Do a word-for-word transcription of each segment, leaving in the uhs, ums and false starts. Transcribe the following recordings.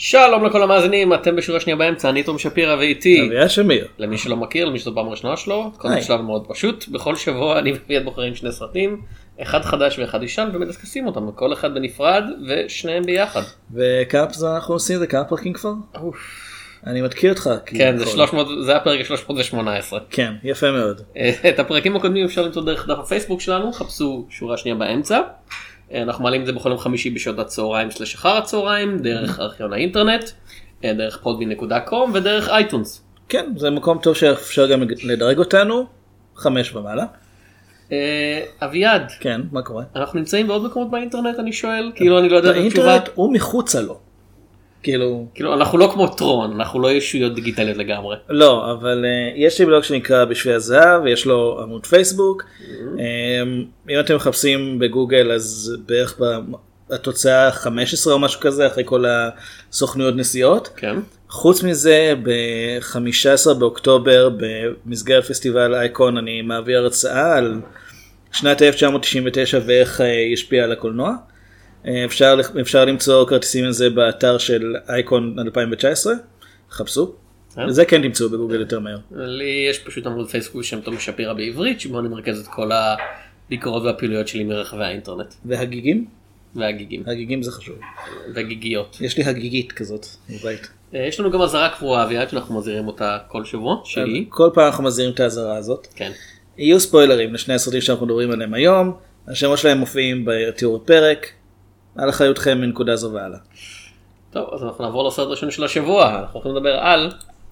שלום לכל המאזינים, אתם בשורה שנייה באמצע, אני תום שפירא ואיתי אביה שמיר. למי שלא מכיר, למי שזו פעם ראשונה שלו, קודם שלנו מאוד פשוט, בכל שבוע אני ואביעד בוחרים שני סרטים, אחד חדש ואחד ישן ומדסקסים אותם, כל אחד בנפרד ושניהם ביחד. וכמה פרקים אנחנו עושים? זה כמה פרקים כבר? אני מתקיע אותך. כן, זה שלוש מאות, זה הפרק שלוש מאות שמונה עשרה. כן, יפה מאוד. את הפרקים הקודמים אפשר למצוא דרך דף הפייסבוק שלנו, חפשו שורה שנייה באמצע. אנחנו מעלים את זה בכל יום חמישי בשעות הצהריים סלש אחר הצהריים, דרך ארכיון האינטרנט, דרך פודבין נקודה קום ודרך אייטונס. כן, זה מקום טוב שאפשר גם לדרג אותנו, חמש ומעלה. אביעד. כן, מה קורה? אנחנו נמצאים בעוד מקומות באינטרנט, אני שואל, כאילו אני לא יודע את התשובה. באינטרנט הוא מחוצה לו. כאילו... כאילו אנחנו לא כמו טרון, אנחנו לא ישויות דיגיטליות לגמרי. לא, אבל uh, יש לי בלוג שנקרא בשביל הזהב, ויש לו עמוד פייסבוק. Mm-hmm. Um, אם אתם מחפשים בגוגל, אז בערך בתוצאה חמש עשרה או משהו כזה, אחרי כל הסוכנויות נסיעות. כן. חוץ מזה, ב-חמישה עשר באוקטובר, במסגרת פסטיבל אייקון, אני מעביר הרצאה על שנת אלף תשע מאות תשעים ותשע ואיך uh, ישפיע על הקולנוע. אפשר, אפשר למצוא כרטיסים לזה באתר של אייקון אלפיים תשע עשרה, חפשו. זה כן תמצאו בגוגל יותר מהר. לי יש פשוט עמוד פייסבוק שם תום שפירא בעברית, שבו אני מרכז את כל הביקורות והפעילויות שלי מרחבי האינטרנט. והגיגים? והגיגים. הגיגים זה חשוב. והגיגיות. יש לי הגיגית כזאת בבית. יש לנו גם אזהרה קבועה, אביעד, שאנחנו מזהירים אותה כל שבוע, שהיא. כל פעם אנחנו מזהירים את האזהרה הזאת. כן. יהיו ספוילרים לשני הסרטים שאנחנו מדברים עליהם היום. השמות שלהם מופיעים בתיאור הפרק. על אחריותכם מנקודה זו והלאה. טוב, אז אנחנו נעבור לסרט ראשון של השבוע. אנחנו הולכים לדבר על...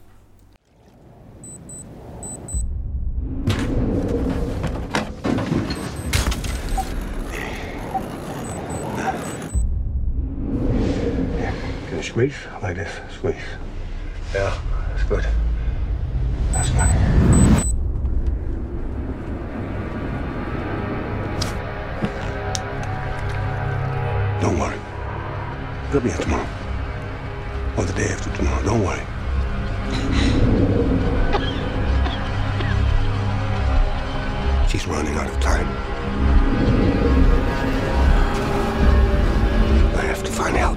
Can you squeeze like this? Squeeze. Yeah, that's good. That's good. Don't worry. They'll be here tomorrow. Or the day after tomorrow. Don't worry. She's running out of time. I have to find help.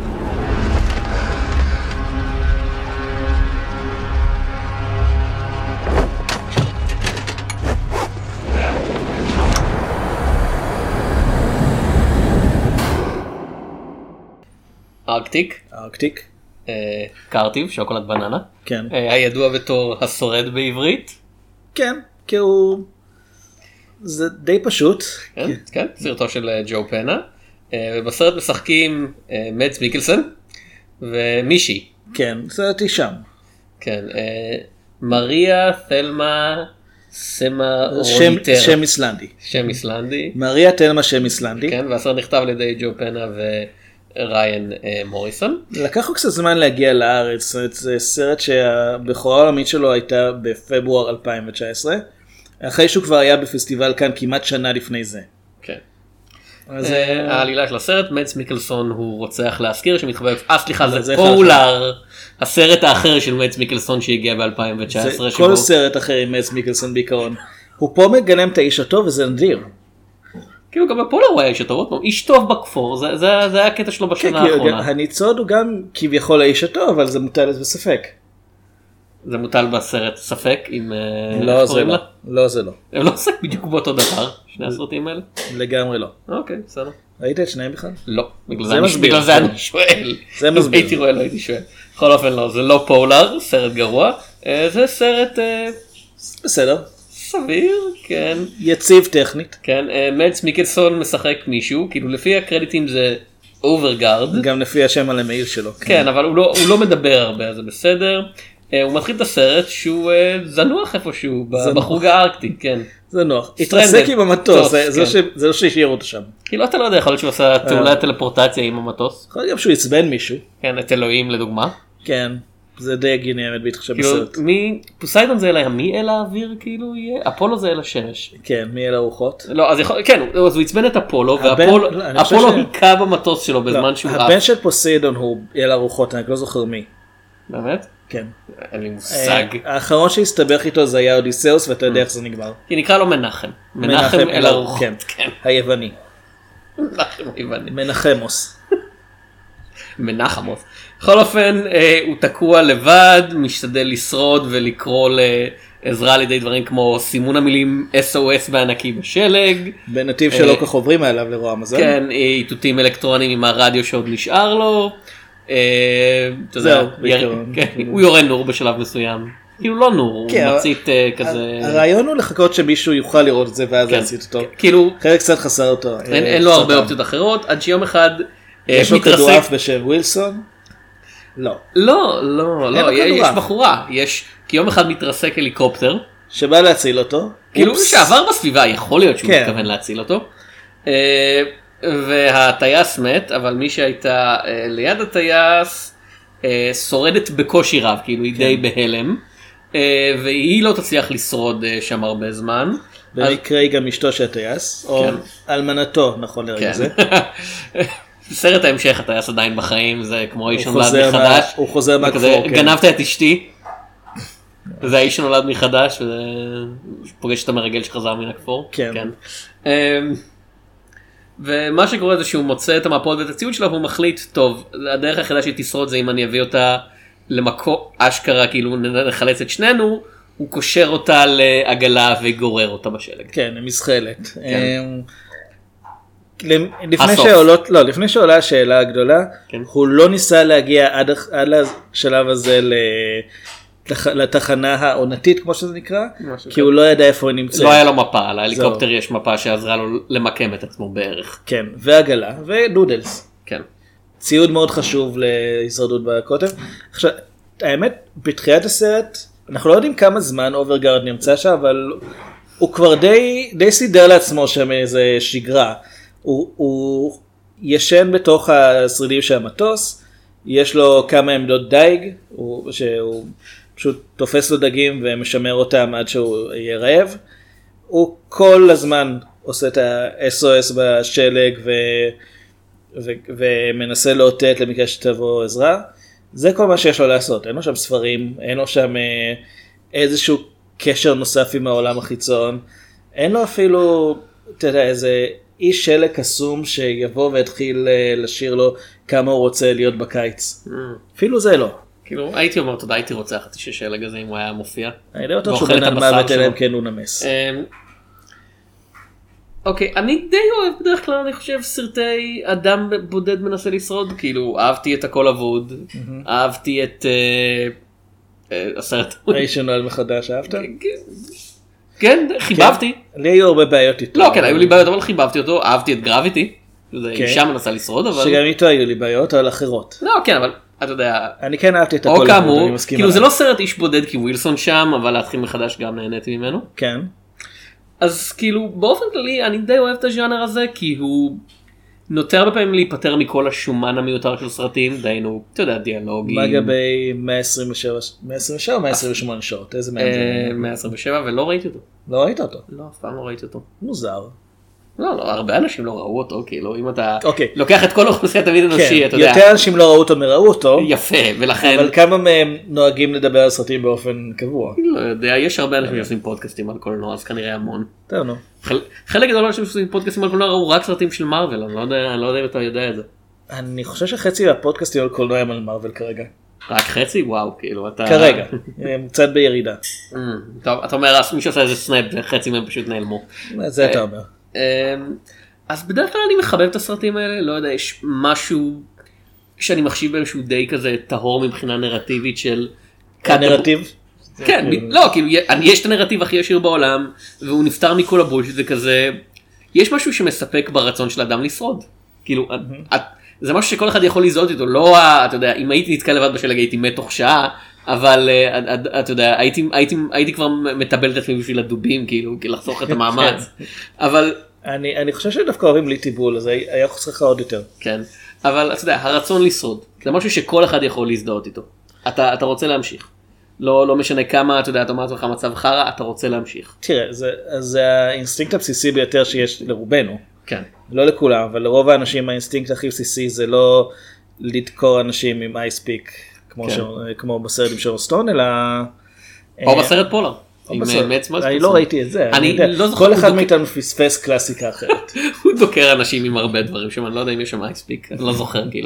ארקטיק. ארקטיק. קרטיב, שוקולד בננה. כן. הידוע בתור השורד בעברית. כן, כי הוא... זה די פשוט. כן, כן, סרטו של ג'ו פנה. ובסרט משחקים מדס מיקלסון ומישי. כן, סרטי שם. כן, מריה תלמה סמה רוניטר. שם איסלנדי. שם איסלנדי. מריה תלמה שם איסלנדי. כן, והסרט נכתב על ידי ג'ו פנה ו... ריין מוריסון. לקח לו קצת זמן להגיע לארץ, זה סרט שהבכורה העולמית שלו הייתה בפברואר אלפיים תשע עשרה, אחרי שהוא כבר היה בפסטיבל כאן כמעט שנה לפני זה. כן. העלילה של הסרט, מדס מיקלסון הוא רוצח להזכיר שמתחבא, אה סליחה זה פולר, הסרט האחר של מדס מיקלסון שהגיע ב-אלפיים תשע עשרה. כל סרט אחר עם מדס מיקלסון בעיקרון. הוא פה מגלם את האיש הטוב וזה נדיר. כאילו גם בפולר הוא היה איש הטוב, איש טוב בכפור, זה, זה, זה היה הקטע שלו בשנה כן, האחרונה. הניצוד הוא גם כביכול האיש הטוב, אבל זה מוטל בספק. זה מוטל בסרט ספק עם... לא זה לא, לא זה לא. הם לא עוסק בדיוק באותו דבר, שני הסרטים האלה? לגמרי לא. אוקיי, בסדר. ראית את שניהם בכלל? לא, בגלל זה אני שואל. זה מסביר. הייתי רואה, לא הייתי שואל. בכל אופן לא, זה לא פולר, סרט גרוע, זה סרט... בסדר. סביר, כן. יציב טכנית. כן, מדס מיקלסון משחק מישהו, כאילו לפי הקרדיטים זה אוברגארד. גם לפי השם על המעיל שלו. כן, אבל הוא לא, הוא לא מדבר הרבה, זה בסדר. הוא מתחיל את הסרט שהוא זנוח איפשהו בחוג הארקטי, כן. זנוח. התרסק עם המטוס, זה לא שהשאיר אותו שם. כאילו אתה לא יודע, יכול להיות שהוא עשה תאולת טלפורטציה עם המטוס. יכול להיות גם שהוא יצבן מישהו. כן, את אלוהים לדוגמה. כן. זה די הגיוני האמת בהתחשב בסרט. פוסיידון זה אליי, מי אל האוויר כאילו יהיה? אפולו זה אל השמש. כן, מי אל הרוחות? לא, אז יכול, כן, אז הוא יצבן את אפולו, ואפולו היכה במטוס שלו בזמן שהוא עף. הבן של פוסיידון הוא אל הרוחות, אני לא זוכר מי. באמת? כן. אין לי מושג. האחרון שהסתבך איתו זה היה אודיסאוס, ואתה יודע איך זה נגמר. כי נקרא לו מנחם. מנחם אל הרוחות. היווני. מנחם היווני. מנחמוס. מנחם עוז. בכל אופן, הוא תקוע לבד, משתדל לשרוד ולקרוא לעזרה על ידי דברים כמו סימון המילים אס או אס בענקי בשלג. בנתיב שלא כך עוברים עליו לרוע המזל. כן, איתותים אלקטרוניים עם הרדיו שעוד נשאר לו. זהו, הוא יורה נור בשלב מסוים. כאילו לא נור, הוא מצית כזה. הרעיון הוא לחכות שמישהו יוכל לראות את זה ואז להצית אותו. כאילו, חלק קצת חסר אותו. אין לו הרבה אופציות אחרות, עד שיום אחד יש לו כדורעף בשם ווילסון? לא. לא, לא, לא, יש בחורה, יש, כי יום אחד מתרסק הליקופטר. שבא להציל אותו. כאילו שעבר בסביבה, יכול להיות שהוא מתכוון להציל אותו. והטייס מת, אבל מי שהייתה ליד הטייס שורדת בקושי רב, כאילו היא די בהלם. והיא לא תצליח לשרוד שם הרבה זמן. במקרה היא גם אשתו של הטייס, או אלמנתו, נכון לרגע זה. סרט ההמשך, הטייס עדיין בחיים, זה כמו האיש נולד מחדש. הוא חוזר מהכפור, גנבת את אשתי. זה האיש נולד מחדש, ופוגש את המרגל שחזר מן הכפור. כן. ומה שקורה זה שהוא מוצא את המפות ואת הציוד שלה, והוא מחליט, טוב, הדרך היחידה שהיא תשרוד זה אם אני אביא אותה למקום אשכרה, כאילו נחלץ את שנינו, הוא קושר אותה לעגלה וגורר אותה בשלג. כן, מזחלת. לפני שעולות, לא, לפני שעולה השאלה הגדולה, הוא לא ניסה להגיע עד השלב הזה לתחנה העונתית, כמו שזה נקרא, כי הוא לא ידע איפה הוא נמצא. לא היה לו מפה, להליקופטר יש מפה שעזרה לו למקם את עצמו בערך. כן, ועגלה, ונודלס. כן. ציוד מאוד חשוב להישרדות בקוטב. עכשיו, האמת, בתחילת הסרט, אנחנו לא יודעים כמה זמן אוברגארד נמצא שם, אבל הוא כבר די, די סידר לעצמו שם איזה שגרה. הוא, הוא ישן בתוך השרידים של המטוס, יש לו כמה עמדות דייג, הוא, שהוא פשוט תופס לו דגים ומשמר אותם עד שהוא יהיה רעב. הוא כל הזמן עושה את ה-אס או אס בשלג ו... ו... ומנסה לאותת למקרה שתבוא עזרה. זה כל מה שיש לו לעשות, אין לו שם ספרים, אין לו שם אה, איזשהו קשר נוסף עם העולם החיצון, אין לו אפילו, אתה יודע, איזה איש שלג קסום שיבוא והתחיל אה, לשיר לו כמה הוא רוצה להיות בקיץ. Mm. אפילו זה לא. כאילו, הייתי אומר, תודה, הייתי רוצה חצי ששלג הזה אם הוא היה מופיע. אני די אותו שהוא בן על מוות אליהם כן הוא נמס. אוקיי, אני די אוהב בדרך כלל, אני חושב, סרטי אדם בודד מנסה לשרוד, כאילו, אהבתי את הכל אבוד, אהבתי את הסרט. האיש שנולד מחדש, אהבת? כן, חיבבתי. לי היו הרבה בעיות איתו. לא, כן, היו לי בעיות, אבל חיבבתי אותו, אהבתי את גרביטי, זה אישה מנסה לשרוד, אבל... שגם איתו היו לי בעיות, אבל אחרות. לא, כן, אבל... אתה יודע, אני כן אהבתי את הכל, או כאמור, כאילו זה לא סרט איש בודד כי ווילסון שם, אבל להתחיל מחדש גם נהניתי ממנו. כן. אז כאילו באופן כללי אני די אוהב את הז'אנר הזה, כי הוא נותר הרבה פעמים להיפטר מכל השומן המיותר של סרטים, דיינו, אתה יודע, דיאלוגים. מה לגבי מאה עשרים ושבע או מאה עשרים ושמונה שעות? איזה מאה? מאה עשרים ושבע, ולא ראיתי אותו. לא ראית אותו? לא, אף פעם לא ראיתי אותו. מוזר. לא, לא, הרבה אנשים לא ראו אותו, כאילו, אם אתה לוקח את כל האוכלוסייה תמיד אנושי, אתה יודע. יותר אנשים לא ראו אותו מראו אותו. יפה, ולכן... אבל כמה מהם נוהגים לדבר על סרטים באופן קבוע? לא יודע, יש הרבה אנשים שעושים פודקאסטים על קולנוע, אז כנראה המון. טוב, נו. חלק גדול אנשים שעושים פודקאסטים על קולנוע ראו רק סרטים של מארוול, אני לא יודע אם אתה יודע את זה. אני חושב שחצי מהפודקאסטים על קולנוע הם על מארוול כרגע. רק חצי? וואו, כאילו, אתה... כרגע, הם קצת בירידה. טוב, אתה אומר, מי שעושה איזה סנאפ וחצי מהם פשוט נעלמו. זה אתה אומר. אז בדרך כלל אני מחבב את הסרטים האלה, לא יודע, יש משהו שאני מחשיב בהם שהוא די כזה טהור מבחינה נרטיבית של... הנרטיב? כן, לא, כאילו, יש את הנרטיב הכי ישיר בעולם, והוא נפטר מכל הבולשיט, זה כזה... יש משהו שמספק ברצון של אדם לשרוד. כאילו, זה משהו שכל אחד יכול לזהות איתו, לא, אתה יודע, אם הייתי נתקע לבד בשלג הייתי מת תוך שעה, אבל אתה יודע, הייתי כבר מטבל את עצמי בשביל הדובים, כאילו, לחסוך את המאמץ. אבל... אני, אני חושב שדווקא אוהבים בלי טיבול, אז היה חוסך עוד יותר. כן, אבל אתה יודע, הרצון לשרוד, זה משהו שכל אחד יכול להזדהות איתו. אתה, אתה רוצה להמשיך. לא, לא משנה כמה, אתה יודע, אתה אומר לך מצב חרא, אתה רוצה להמשיך. תראה, זה, זה האינסטינקט הבסיסי ביותר שיש לרובנו. כן. לא לכולם, אבל לרוב האנשים האינסטינקט הכי בסיסי זה לא לדקור אנשים עם אייספיק, כמו, כן. ש... כמו בסרט עם שרון סטון, אלא... או בסרט פולר. אני לא ראיתי את זה, כל אחד מאיתנו פספס קלאסיקה אחרת. הוא דוקר אנשים עם הרבה דברים שם, אני לא יודע אם יש שם אייספיק, אני לא זוכר כאילו.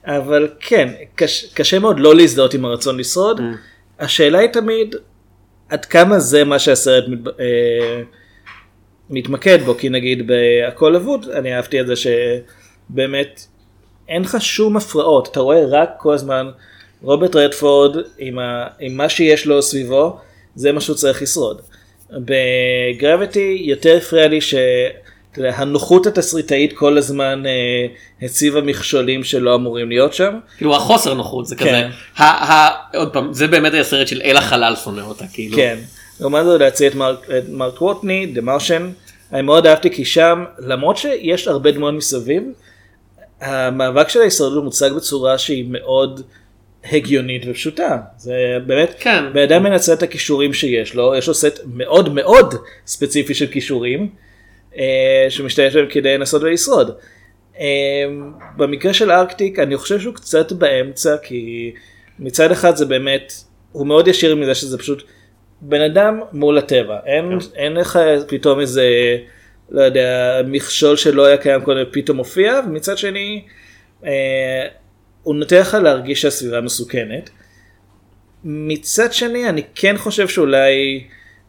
אבל כן, קש, קשה מאוד לא להזדהות עם הרצון לשרוד. Mm. השאלה היא תמיד, עד כמה זה מה שהסרט מת, אה, מתמקד בו, כי נגיד בהכל אבוד, אני אהבתי את זה שבאמת אין לך שום הפרעות, אתה רואה רק כל הזמן רוברט רדפורד עם, ה, עם מה שיש לו סביבו, זה מה שהוא צריך לשרוד. בגרביטי יותר הפריע לי שהנוחות התסריטאית כל הזמן אה, הציבה מכשולים שלא אמורים להיות שם. כאילו החוסר נוחות זה כזה, ה, ה, עוד פעם, זה באמת היה סרט של אל החלל שונא אותה, כאילו. כן, לעומת זאת להציע את מרק, את מרק ווטני, The Martian, אני מאוד אהבתי כי שם, למרות שיש הרבה דמות מסביב, המאבק של ההישרדות מוצג בצורה שהיא מאוד הגיונית ופשוטה. זה באמת, כן. באדם מנצל את הכישורים שיש לו, יש לו סט מאוד מאוד ספציפי של כישורים, אה, שמשתמש בהם כדי לנסות ולשרוד. אה, במקרה של ארקטיק, אני חושב שהוא קצת באמצע, כי מצד אחד זה באמת, הוא מאוד ישיר מזה שזה פשוט בן אדם מול הטבע. אין, כן. אין לך פתאום איזה, לא יודע, מכשול שלא היה קיים קודם, פתאום מופיע, ומצד שני, אה, הוא נותן לך להרגיש שהסביבה מסוכנת. מצד שני, אני כן חושב שאולי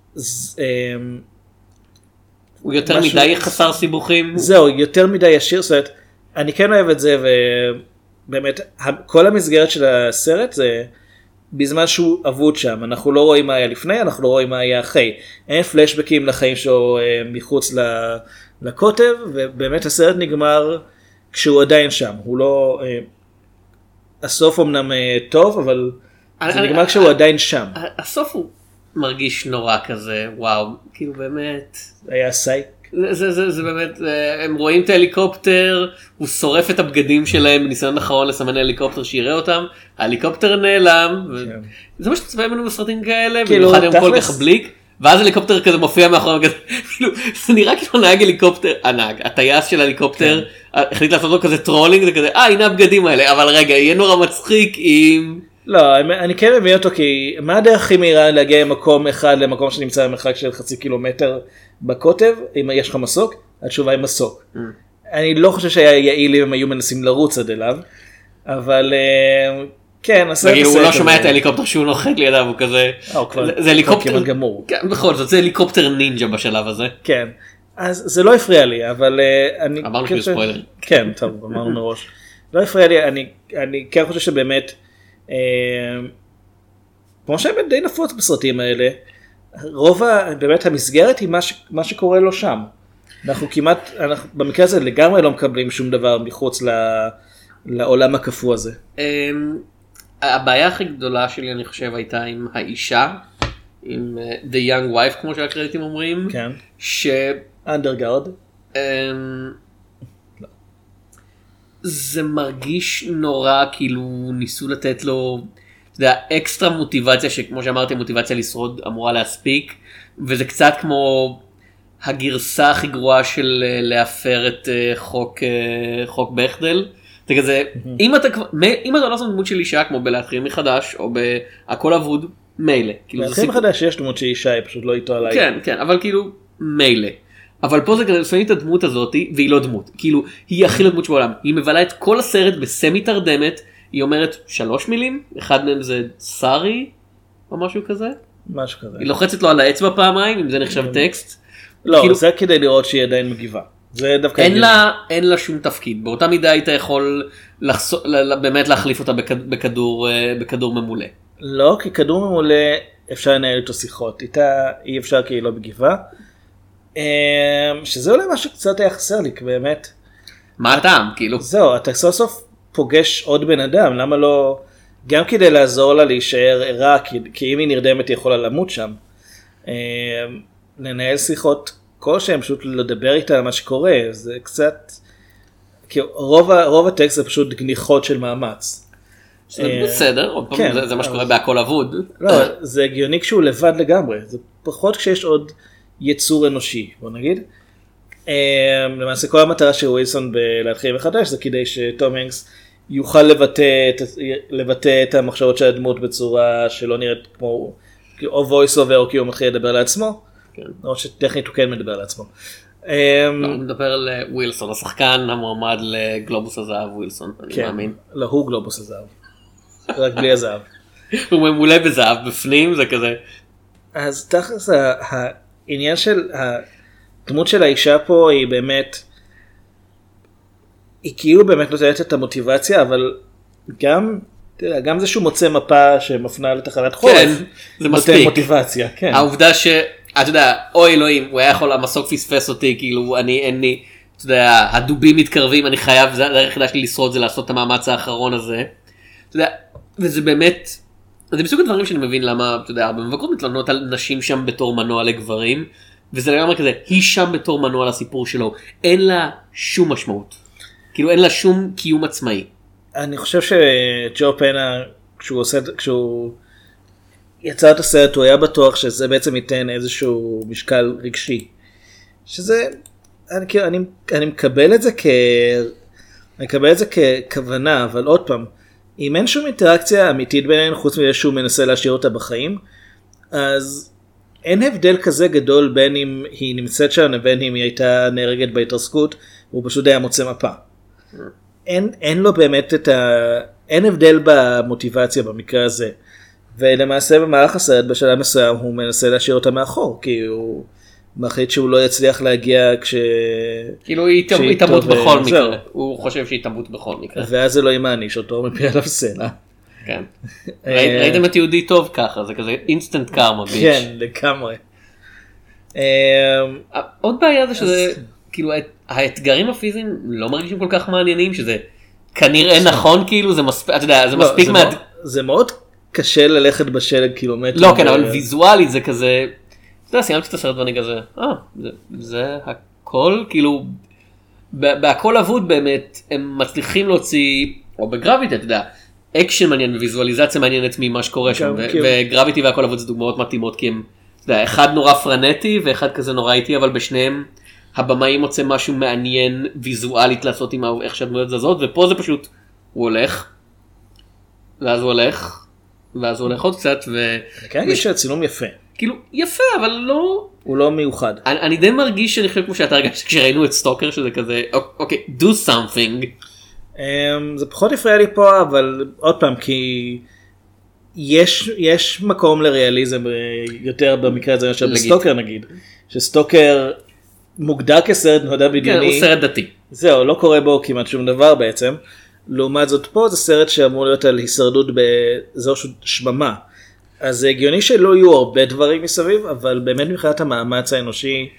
הוא יותר משהו, מדי חסר סיבוכים. זהו, יותר מדי ישיר. זאת אומרת, אני כן אוהב את זה, ובאמת, כל המסגרת של הסרט זה בזמן שהוא אבוד שם. אנחנו לא רואים מה היה לפני, אנחנו לא רואים מה היה אחרי. אין פלשבקים לחיים שלו מחוץ לקוטב, ובאמת הסרט נגמר כשהוא עדיין שם. הוא לא... הסוף אמנם טוב, אבל זה נגמר כשהוא עדיין שם. הסוף הוא מרגיש נורא כזה, וואו, כאילו באמת. היה סייק. זה, זה, זה באמת, הם רואים את ההליקופטר, הוא שורף את הבגדים שלהם, בניסיון אחרון לסמן הליקופטר שיראה אותם, ההליקופטר נעלם, זה מה שצבעים לנו בסרטים כאלה, במיוחד הם כל כך בליק, ואז הליקופטר כזה מופיע מאחורי, זה נראה כאילו נהג הליקופטר, הנהג, הטייס של הליקופטר, החליט לעשות לו כזה טרולינג, זה כזה, אה הנה הבגדים האלה, אבל רגע, יהיה נורא מצחיק אם... לא, אני כן מבין אותו, כי מה הדרך הכי מהירה להגיע ממקום אחד למקום שנמצא במרחק של חצי קילומטר בקוטב, אם יש לך מסוק? התשובה היא מסוק. אני לא חושב שהיה יעיל אם הם היו מנסים לרוץ עד אליו, אבל כן, הוא לא שומע את ההליקופטר שהוא נוחת לידיו, הוא כזה, זה הליקופטר גמור. בכל זאת, זה הליקופטר נינג'ה בשלב הזה. כן, אז זה לא הפריע לי, אבל אני... אמרנו שהוא ספוילר. כן, טוב, אמרנו מראש. לא הפריע לי, אני כן חושב שבאמת, כמו שהאמת די נפוץ בסרטים האלה, רוב באמת המסגרת היא מה שקורה לו שם. אנחנו כמעט, במקרה הזה לגמרי לא מקבלים שום דבר מחוץ לעולם הקפוא הזה. הבעיה הכי גדולה שלי אני חושב הייתה עם האישה, עם The Young Wife כמו שהקרדיטים אומרים. כן. ש... אנדרגרד. זה מרגיש נורא כאילו ניסו לתת לו, אתה יודע, אקסטרה מוטיבציה שכמו שאמרתי מוטיבציה לשרוד אמורה להספיק, וזה קצת כמו הגרסה הכי גרועה של להפר את חוק, חוק בכדל. זה כזה, אם אתה, אם אתה לא עושה דמות של אישה כמו בלהתחיל מחדש או בהכל אבוד, מילא. להתחיל מחדש יש דמות של אישה, היא פשוט לא איתו עליי. כן, כן, אבל כאילו מילא. אבל פה זה כזה, שמים את הדמות הזאת, והיא לא דמות. כאילו, היא הכי לא דמות שבעולם. היא מבלה את כל הסרט בסמי תרדמת, היא אומרת שלוש מילים, אחד מהם זה סארי, או משהו כזה. משהו כזה. היא לוחצת לו על האצבע פעמיים, אם זה נחשב טקסט. לא, כאילו, זה כדי לראות שהיא עדיין מגיבה. זה דווקא... אין לה, אין לה שום תפקיד. באותה מידה היית יכול לחסו, באמת להחליף אותה בכדור, בכדור ממולא. לא, כי כדור ממולא אפשר לנהל איתו שיחות. איתה אי אפשר כי היא לא מגיבה. שזה אולי משהו קצת היה חסר לי, באמת. מה הטעם, כאילו? זהו, אתה סוף סוף פוגש עוד בן אדם, למה לא... גם כדי לעזור לה להישאר ערה, כי אם היא נרדמת היא יכולה למות שם. לנהל שיחות כלשהם, פשוט לדבר איתה על מה שקורה, זה קצת... רוב, רוב הטקסט זה פשוט גניחות של מאמץ. זה בסדר, עוד פעם, זה מה שקורה בהכל אבוד. לא, זה הגיוני כשהוא לבד לגמרי, זה פחות כשיש עוד... יצור אנושי, בוא נגיד. למעשה כל המטרה של ווילסון בלהתחיל מחדש זה כדי שטום הנקס יוכל לבטא את, לבטא את המחשבות של הדמות בצורה שלא נראית כמו או voice over או כי הוא מתחיל לדבר לעצמו. כן. או שטכנית הוא כן מדבר לעצמו. אני מדבר על ווילסון, השחקן המועמד לגלובוס הזהב ווילסון, אני מאמין. לא, הוא גלובוס הזהב. רק בלי הזהב. הוא ממולא בזהב בפנים, זה כזה. אז תכלס העניין של הדמות של האישה פה היא באמת, היא כאילו באמת נותנת את המוטיבציה, אבל גם, תראה, גם זה שהוא מוצא מפה שמפנה לתחנת חורף, כן, זה מספיק. נותן מוטיבציה, כן. העובדה ש... אתה יודע, אוי אלוהים, הוא היה יכול, המסוק פספס אותי, כאילו, אני, אין לי, אתה יודע, הדובים מתקרבים, אני חייב, זה הדרך היחידה שלי לשרוד, זה לעשות את המאמץ האחרון הזה. אתה יודע, וזה באמת, זה בסוג הדברים שאני מבין למה, אתה יודע, הרבה מבקרות מתלונות על נשים שם בתור מנוע לגברים, וזה לגמרי כזה, היא שם בתור מנוע לסיפור שלו, אין לה שום משמעות. כאילו, אין לה שום קיום עצמאי. אני חושב שג'ו פנה, כשהוא עושה, כשהוא יצא את הסרט, הוא היה בטוח שזה בעצם ייתן איזשהו משקל רגשי. שזה, אני, אני, אני מקבל את זה כ... אני מקבל את זה ככוונה, אבל עוד פעם, אם אין שום אינטראקציה אמיתית ביניהם, חוץ מזה שהוא מנסה להשאיר אותה בחיים, אז אין הבדל כזה גדול בין אם היא נמצאת שם, ובין אם היא הייתה נהרגת בהתרסקות, הוא פשוט היה מוצא מפה. אין, אין לו באמת את ה... אין הבדל במוטיבציה במקרה הזה. ולמעשה במהלך הסרט בשלב מסוים הוא מנסה להשאיר אותה מאחור, כי הוא מחליט שהוא לא יצליח להגיע כש... כאילו היא תמות בכל מקרה, הוא חושב שהיא תמות בכל מקרה. ואז אלוהים מעניש אותו מפי עליו סלע. כן. ראיתם את יהודי טוב ככה, זה כזה אינסטנט קארמה ביץ'. כן, לגמרי. עוד בעיה זה שזה, כאילו האתגרים הפיזיים לא מרגישים כל כך מעניינים, שזה כנראה נכון, כאילו זה מספיק, אתה יודע, זה מספיק... זה מאוד קשה ללכת בשלג קילומטר. לא, כן, אבל ויזואלית זה כזה, אתה יודע, סיימתי את הסרט ואני כזה, אה, זה הכל, כאילו, בהכל אבוד באמת, הם מצליחים להוציא, או בגרביטי, אתה יודע, אקשן מעניין וויזואליזציה מעניינת ממה שקורה שם, וגרביטי והכל אבוד זה דוגמאות מתאימות, כי הם, אתה יודע, אחד נורא פרנטי ואחד כזה נורא איטי, אבל בשניהם הבמאי מוצא משהו מעניין ויזואלית לעשות עם איך שהדמויות זזות, ופה זה פשוט, הוא הולך, ואז הוא הולך, ואז הוא הולך עוד קצת, ו... אני כן אגיד שהצילום יפה. כאילו, יפה, אבל לא... הוא לא מיוחד. אני, אני די מרגיש שאני חושב כמו שאתה הרגשת כשראינו את סטוקר, שזה כזה, אוקיי, do something. Um, זה פחות הפריע לי פה, אבל עוד פעם, כי יש, יש מקום לריאליזם יותר במקרה הזה, מאשר בסטוקר נגיד. שסטוקר מוגדר כסרט נודע בדיוני. כן, הוא סרט דתי. זהו, לא קורה בו כמעט שום דבר בעצם. לעומת זאת פה זה סרט שאמור להיות על הישרדות באזור שממה. אז זה הגיוני שלא יהיו הרבה דברים מסביב, אבל באמת מבחינת המאמץ האנושי,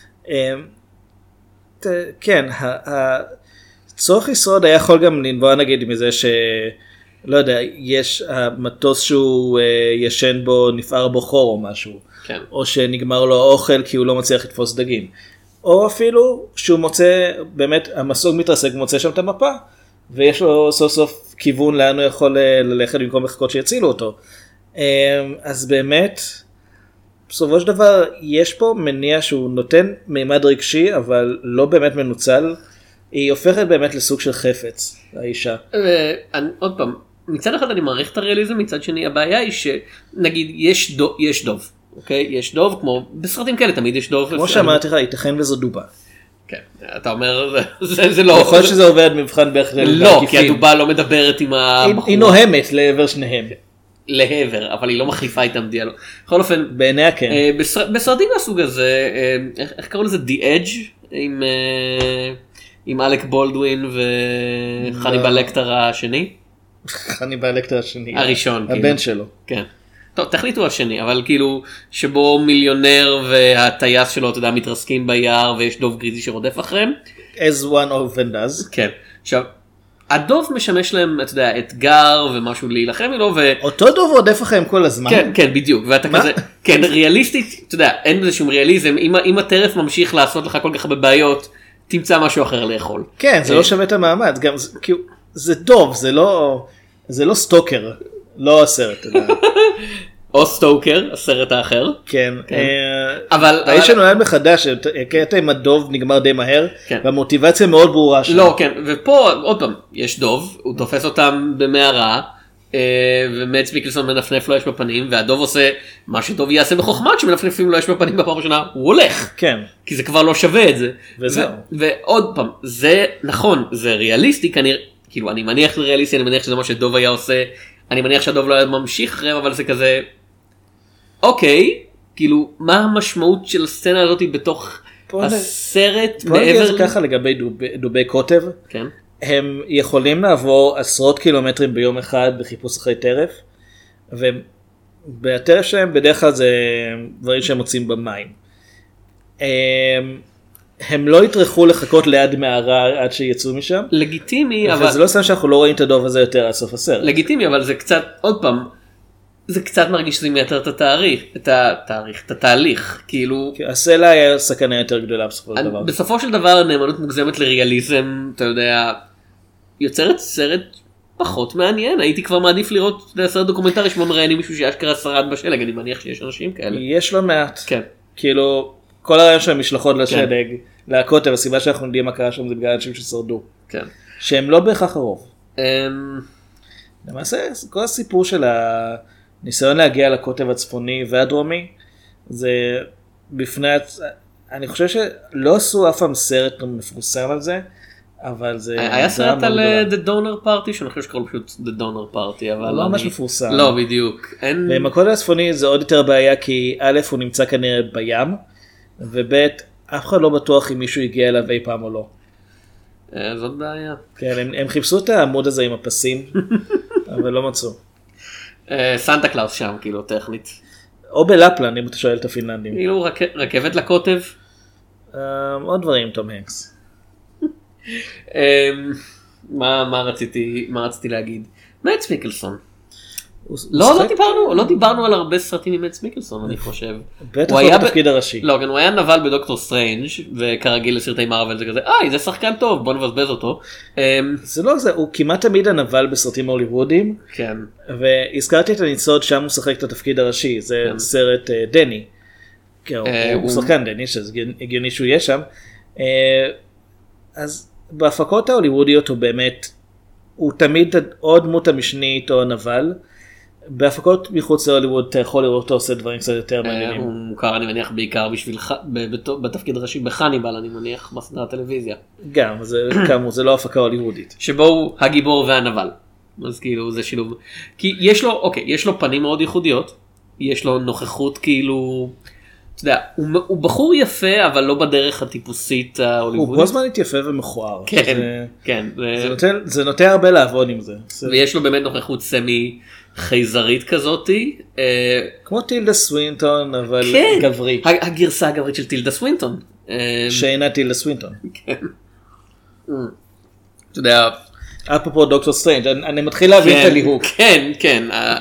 כן, הצורך לשרוד היה יכול גם לנבוע נגיד מזה ש... לא יודע, יש המטוס שהוא ישן בו, נפער בו חור או משהו. כן. או שנגמר לו האוכל כי הוא לא מצליח לתפוס דגים. או אפילו שהוא מוצא, באמת המסוג מתרסק ומוצא שם את המפה, ויש לו סוף סוף כיוון לאן הוא יכול ללכת במקום לחכות שיצילו אותו. אז באמת, בסופו של דבר, יש פה מניע שהוא נותן מימד רגשי, אבל לא באמת מנוצל. היא הופכת באמת לסוג של חפץ, האישה. עוד פעם, מצד אחד אני מעריך את הריאליזם, מצד שני הבעיה היא שנגיד יש דוב, יש דוב, אוקיי? יש דוב, כמו בסרטים כאלה תמיד יש דוב. כמו שאמרתי לך, ייתכן וזו דובה. כן, אתה אומר, זה לא... יכול להיות שזה עובד מבחן בערך... לא, כי הדובה לא מדברת עם הבחורה. היא נוהמת לעבר שניהם. לעבר, אבל היא לא מחליפה איתם דיאלוג. בכל אופן, בעיניה כן. בסרטים מהסוג הזה, איך קראו לזה? The Edge? עם אלק בולדווין וחניבל לקטר השני? חניבל לקטר השני. הראשון. הבן שלו. כן. טוב, תחליטו השני, אבל כאילו, שבו מיליונר והטייס שלו, אתה יודע, מתרסקים ביער ויש דוב גריזי שרודף אחריהם. As one often does. כן. עכשיו, הדוב משמש להם, אתה יודע, אתגר ומשהו להילחם לו, ו... אותו דוב רודף אחריהם כל הזמן. כן, כן, בדיוק. ואתה כזה, כן, ריאליסטית, אתה יודע, אין בזה שום ריאליזם. אם הטרף ממשיך לעשות לך כל כך הרבה בעיות, תמצא משהו אחר לאכול. כן, זה לא שווה את המאמץ. גם, כאילו, זה דוב, זה לא, זה לא סטוקר. לא הסרט. או סטוקר, הסרט האחר. כן. אבל... האיש שנולד מחדש, הקטע עם הדוב נגמר די מהר, והמוטיבציה מאוד ברורה שלו. לא, כן, ופה, עוד פעם, יש דוב, הוא תופס אותם במערה, ומץ מיקלסון מנפנף לו אש בפנים, והדוב עושה מה שדוב יעשה בחוכמה, כשמנפנפים לו אש בפנים בפעם ראשונה, הוא הולך. כן. כי זה כבר לא שווה את זה. וזהו. ועוד פעם, זה נכון, זה ריאליסטי, כנראה, כאילו אני מניח שזה ריאליסטי, אני מניח שזה מה שדוב היה עושה, אני מניח שהדוב לא היה ממשיך אחריו, אבל זה כזה, אוקיי, כאילו, מה המשמעות של הסצנה הזאת בתוך הסרט מעבר... בוא נגיד את זה ככה לגבי דובי, דובי קוטב. כן. הם יכולים לעבור עשרות קילומטרים ביום אחד בחיפוש אחרי טרף, ובטרף שלהם בדרך כלל זה דברים שהם מוצאים במים. הם, הם לא יטרחו לחכות ליד מערה עד שיצאו משם. לגיטימי, אבל... זה לא סתם שאנחנו לא רואים את הדוב הזה יותר עד סוף הסרט. לגיטימי, אבל זה קצת, עוד פעם, זה קצת מרגיש שזה מייתר את התאריך, את התאריך, את התהליך, כאילו... הסלע היה סכנה יותר גדולה בסופו של דבר. בסופו של דבר, נאמנות מוגזמת לריאליזם, אתה יודע, יוצרת סרט פחות מעניין, הייתי כבר מעדיף לראות סרט דוקומנטרי שבו מראיינים מישהו שאשכרה שרד בשלג, אני מניח שיש אנשים כאלה. יש לא מעט. כן. כאילו, כל הרעיון של המשלחות לשלג, להקוטר, הסיבה שאנחנו יודעים מה קרה שם זה בגלל אנשים ששרדו. כן. שהם לא בהכרח הרוב. למעשה, כל הסיפור של הניסיון להגיע לקוטב הצפוני והדרומי, זה בפני, אני חושב שלא עשו אף פעם סרט מפורסם על זה, אבל זה... היה סרט על The Donor Party, שאני חושב שקוראים פשוט The Donor Party, אבל... לא ממש מפורסם. לא, בדיוק. ועם הקוטב הצפוני זה עוד יותר בעיה, כי א' הוא נמצא כנראה בים, וב' אף אחד לא בטוח אם מישהו הגיע אליו אי פעם או לא. זאת בעיה. כן, הם, הם חיפשו את העמוד הזה עם הפסים, אבל לא מצאו. סנטה קלאוס שם, כאילו, טכנית. או בלפלנד, אם אתה שואל את הפינלנדים. כאילו, רכבת לקוטב. עוד דברים, תום הנקס. מה רציתי, מה רציתי להגיד? מאץ מיקלסון. לא, לא דיברנו, לא דיברנו על הרבה סרטים עם מאץ מיקלסון, אני חושב. בטח לא בתפקיד הראשי. לא, הוא היה נבל בדוקטור סטרנג' וכרגיל לסרטי מארוול זה כזה, אה, זה שחקן טוב, בוא נבזבז אותו. זה לא זה, הוא כמעט תמיד הנבל בסרטים הוליוודיים. כן. והזכרתי את הניצוד, שם הוא שחק את התפקיד הראשי, זה סרט דני. הוא שחקן דני, שזה הגיוני שהוא יהיה שם. אז בהפקות ההוליוודיות הוא באמת, הוא תמיד או דמות המשנית או הנבל. בהפקות מחוץ להוליווד אתה יכול לראות אותו עושה דברים קצת יותר מעניינים. הוא מוכר אני מניח בעיקר בשבילך, בתפקיד הראשי בחניבל אני מניח בסדרת הטלוויזיה. גם, כאמור זה לא הפקה הוליוודית. שבו הוא הגיבור והנבל. אז כאילו זה שילוב. כי יש לו, אוקיי, יש לו פנים מאוד ייחודיות, יש לו נוכחות כאילו, אתה יודע, הוא, הוא בחור יפה אבל לא בדרך הטיפוסית ההוליוודית. הוא בו זמנית יפה ומכוער. כן, זה, כן. זה, זה, נותן, זה נותן הרבה לעבוד עם זה. ויש לו באמת נוכחות סמי חייזרית כזאתי. כמו טילדה סווינטון אבל כן, גברי. הגרסה הגברית של טילדה סווינטון. שאינה טילדה סווינטון. כן. אתה יודע. אפרופו דוקטור סטרנג' אני מתחיל להבין את הליהוק. כן, כן.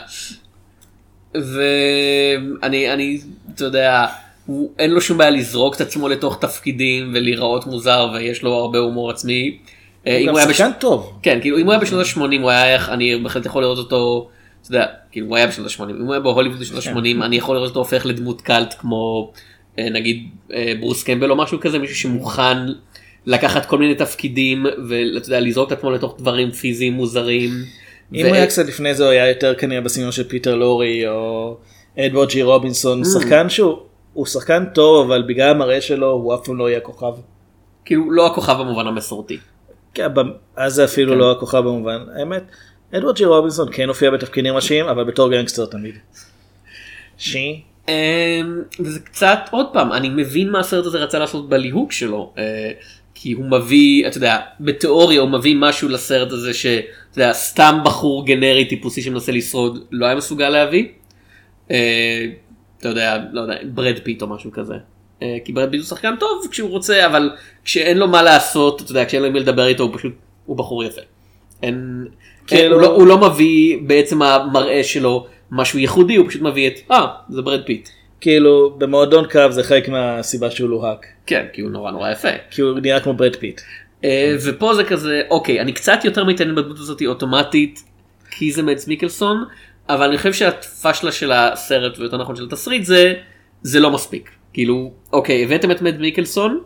ואני, אני, אתה יודע, אין לו שום בעיה לזרוק את עצמו לתוך תפקידים ולהיראות מוזר ויש לו הרבה הומור עצמי. הוא גם שחקן טוב. כן, כאילו אם הוא היה בשנות ה-שמונים הוא היה, אני בהחלט יכול לראות אותו, אתה יודע, כאילו הוא היה בשנות ה-שמונים, אם הוא היה בהוליווד בשנות ה-שמונים אני יכול לראות אותו הופך לדמות קלט כמו נגיד ברוס קמבל או משהו כזה, מישהו שמוכן לקחת כל מיני תפקידים ואתה יודע, לזרוק את עצמו לתוך דברים פיזיים מוזרים. אם הוא היה קצת לפני זה הוא היה יותר כנראה בסגנון של פיטר לורי או אדוארד ג'י רובינסון, שחקן שהוא שחקן טוב אבל בגלל המראה שלו הוא אף פעם לא יהיה כוכב. כאילו לא הכוכב במובן המסורתי. אז זה אפילו לא הכוכב במובן, האמת, אדוארד ג'י רובינסון כן הופיע בתפקידים ראשיים, אבל בתור גנגסטר תמיד. שי? וזה קצת, עוד פעם, אני מבין מה הסרט הזה רצה לעשות בליהוק שלו, כי הוא מביא, אתה יודע, בתיאוריה הוא מביא משהו לסרט הזה, שאתה יודע, סתם בחור גנרי טיפוסי שמנסה לשרוד, לא היה מסוגל להביא. אתה יודע, לא יודע, ברד פיט או משהו כזה. כי ברד פיט הוא שחקן טוב כשהוא רוצה, אבל כשאין לו מה לעשות, אתה יודע, כשאין לו מי לדבר איתו, הוא פשוט, הוא בחור יפה. אין, אין, הוא, לא, הוא לא מביא בעצם המראה שלו משהו ייחודי, הוא פשוט מביא את, אה, זה ברד פיט. כאילו, במועדון קרב זה חלק מהסיבה שהוא לוהק. כן, כי הוא נורא נורא יפה. כי הוא נראה כמו ברד פיט. ופה זה כזה, אוקיי, אני קצת יותר מתעניין בדמות הזאת אוטומטית, כי זה מאץ מיקלסון, אבל אני חושב שהפשלה של הסרט, ויותר נכון של התסריט, זה, זה לא מספיק. כאילו, אוקיי, הבאתם את מאץ מיקלסון,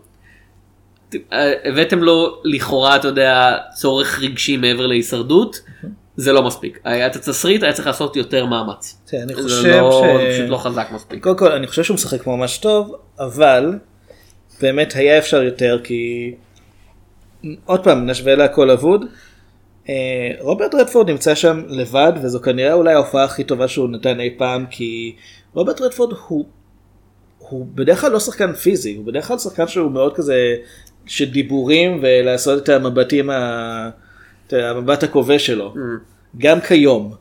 הבאתם לו לכאורה, אתה יודע, צורך רגשי מעבר להישרדות, זה לא מספיק. את התסריט היה צריך לעשות יותר מאמץ. אני זה חושב לא, ש... פשוט לא חזק מספיק. קודם כל, אני חושב שהוא משחק ממש טוב, אבל באמת היה אפשר יותר, כי עוד פעם, נשווה להכל אבוד. רוברט רדפורד נמצא שם לבד, וזו כנראה אולי ההופעה הכי טובה שהוא נתן אי פעם, כי רוברט רדפורד הוא, הוא בדרך כלל לא שחקן פיזי, הוא בדרך כלל שחקן שהוא מאוד כזה של דיבורים, ולעשות את המבטים, ה... את המבט הכובש שלו, mm. גם כיום.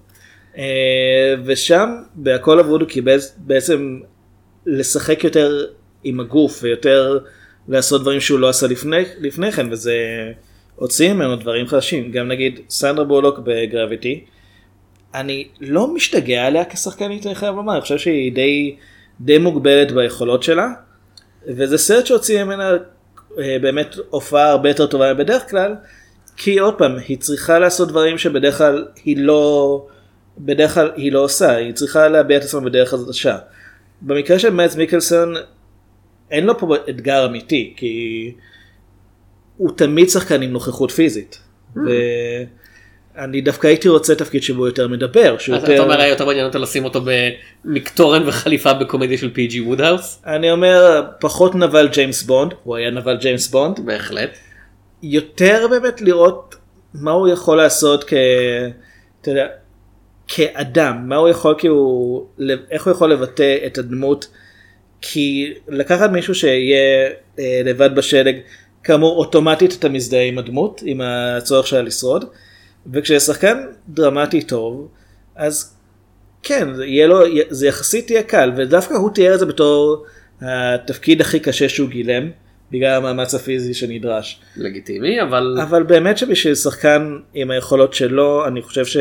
ושם בהכל אבוד הוא קיבל בעצם לשחק יותר עם הגוף, ויותר לעשות דברים שהוא לא עשה לפני, לפני כן, וזה הוציא ממנו דברים חדשים. גם נגיד סנדרה בולוק בגרביטי, אני לא משתגע עליה כשחקנית, אני חייב לומר, אני חושב שהיא די, די מוגבלת ביכולות שלה, וזה סרט שהוציא ממנה באמת הופעה הרבה יותר טובה בדרך כלל, כי עוד פעם, היא צריכה לעשות דברים שבדרך כלל היא לא, בדרך כלל היא לא עושה, היא צריכה להביע את עצמה בדרך חדשה. במקרה של מאדס מיקלסון, אין לו פה אתגר אמיתי, כי הוא תמיד שחקן עם נוכחות פיזית. Mm. ואני דווקא הייתי רוצה תפקיד שבו יותר מדבר. אז יותר... אתה אומר, היה יותר מעניין אותה לשים אותו במקטורן וחליפה בקומדיה של פי ג'י וודהאוס? אני אומר, פחות נבל ג'יימס בונד, הוא היה נבל ג'יימס בונד. בהחלט. יותר באמת לראות מה הוא יכול לעשות כ... אתה יודע, כאדם, מה הוא יכול, כי הוא... איך הוא יכול לבטא את הדמות, כי לקחת מישהו שיהיה אה, לבד בשלג, כאמור אוטומטית אתה מזדהה עם הדמות, עם הצורך שלה לשרוד, וכששחקן דרמטי טוב, אז כן, זה, יהיה לו, זה יחסית תהיה קל, ודווקא הוא תיאר את זה בתור התפקיד הכי קשה שהוא גילם, בגלל המאמץ הפיזי שנדרש. לגיטימי, אבל... אבל באמת שבשביל שחקן עם היכולות שלו, אני חושב ש...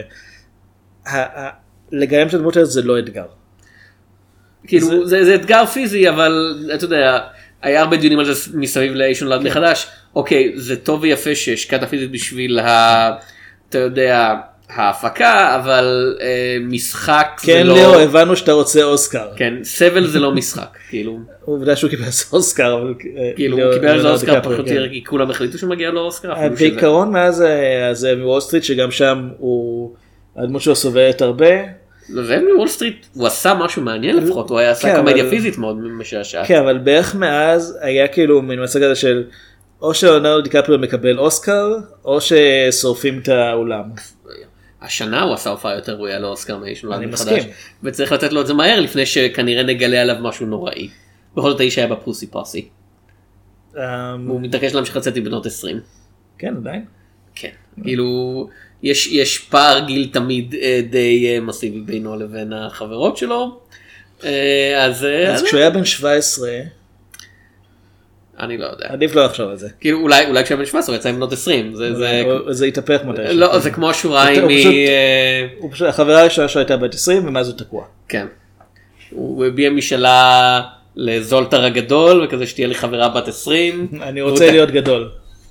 לגלם את הדמות הזה זה לא אתגר. כאילו, זה... זה, זה אתגר פיזי, אבל אתה יודע, היה הרבה דיונים על זה מסביב לאישון לאד מחדש. אוקיי, זה טוב ויפה שהשקעת פיזית בשביל ה... אתה יודע... ההפקה, אבל אה, משחק כן, זה לא... כן, ליאו, הבנו שאתה רוצה אוסקר. כן, סבל זה לא משחק, כאילו. עובדה שהוא קיבל אוסקר, אבל... כאילו, הוא קיבל על אוסקר פחות יותר, כי כולם החליטו שמגיע לו אוסקר. בעיקרון מאז זה מוול סטריט, שגם שם הוא... הדמות שלו סובלת הרבה. זה מוול סטריט, הוא עשה משהו מעניין לפחות, הוא היה עשה קומדיה פיזית מאוד משעשעת. כן, אבל בערך מאז היה כאילו מין מצג הזה של... או שלאונרדו דיקפריו מקבל אוסקר, או ששורפים את האולם. השנה הוא עשה הופעה יותר ראויה לאוסקר מאישון לאד מחדש, וצריך לתת לו את זה מהר לפני שכנראה נגלה עליו משהו נוראי. בכל זאת האיש היה בפוסי פאסי. הוא מתעקש להמשיך לצאת עם בנות עשרים. כן, עדיין. כן, כאילו יש יש פער גיל תמיד די מסיבי בינו לבין החברות שלו. אז כשהוא היה בן שבע עשרה... אני לא יודע. עדיף לא לחשוב על זה. כאילו אולי אולי כשהיה בן שבע עשרה יצא עם בנות עשרים. זה יתהפך מתי. לא, זה כמו השורה עם... החברה הראשונה שלו הייתה בת עשרים ומאז הוא תקוע. כן. הוא הביע משאלה לזולטר הגדול וכזה שתהיה לי חברה בת עשרים. אני רוצה להיות גדול.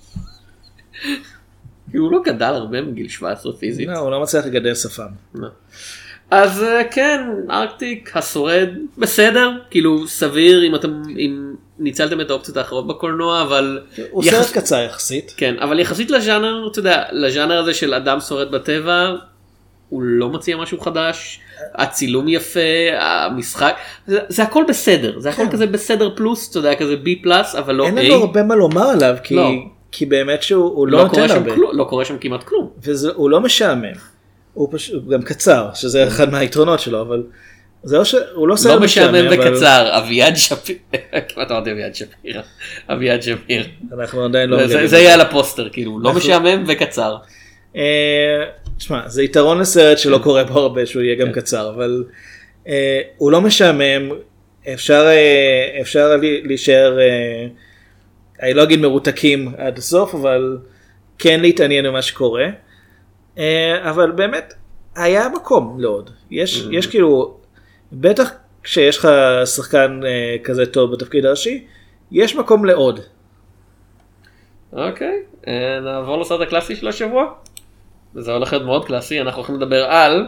הוא לא גדל הרבה מגיל שבע עשרה פיזית. לא, הוא לא מצליח לגדל שפם. אז כן, ארקטיק, השורד, בסדר, כאילו סביר אם אתם, אם ניצלתם את האופציות האחרות בקולנוע, אבל... הוא סרט קצר יחסית. כן, אבל יחסית לז'אנר, אתה יודע, לז'אנר הזה של אדם שורד בטבע, הוא לא מציע משהו חדש, הצילום יפה, המשחק, זה, זה הכל בסדר, זה הכל כזה בסדר פלוס, אתה יודע, כזה בי פלוס, אבל לא אין לנו הרבה מה לומר עליו, כי, כי באמת שהוא לא נותן הרבה. לא קורה שם כמעט כלום. והוא לא משעמם. הוא פשוט גם קצר, שזה אחד מהיתרונות שלו, אבל זה לא שהוא לא סרט משעמם. לא משעמם וקצר, אביעד שפיר, כמעט אמרתי אביעד שפיר, אביעד שפיר. אנחנו עדיין לא... זה יהיה על הפוסטר, כאילו, לא משעמם וקצר. תשמע, זה יתרון לסרט שלא קורה בו הרבה, שהוא יהיה גם קצר, אבל הוא לא משעמם, אפשר להישאר, אני לא אגיד מרותקים עד הסוף, אבל כן להתעניין במה שקורה. אבל באמת היה מקום לעוד. יש, יש כאילו, בטח כשיש לך שחקן כזה טוב בתפקיד הראשי, יש מקום לעוד. אוקיי, נעבור לסרט הקלאסי של השבוע. זה הולך להיות מאוד קלאסי, אנחנו הולכים לדבר על...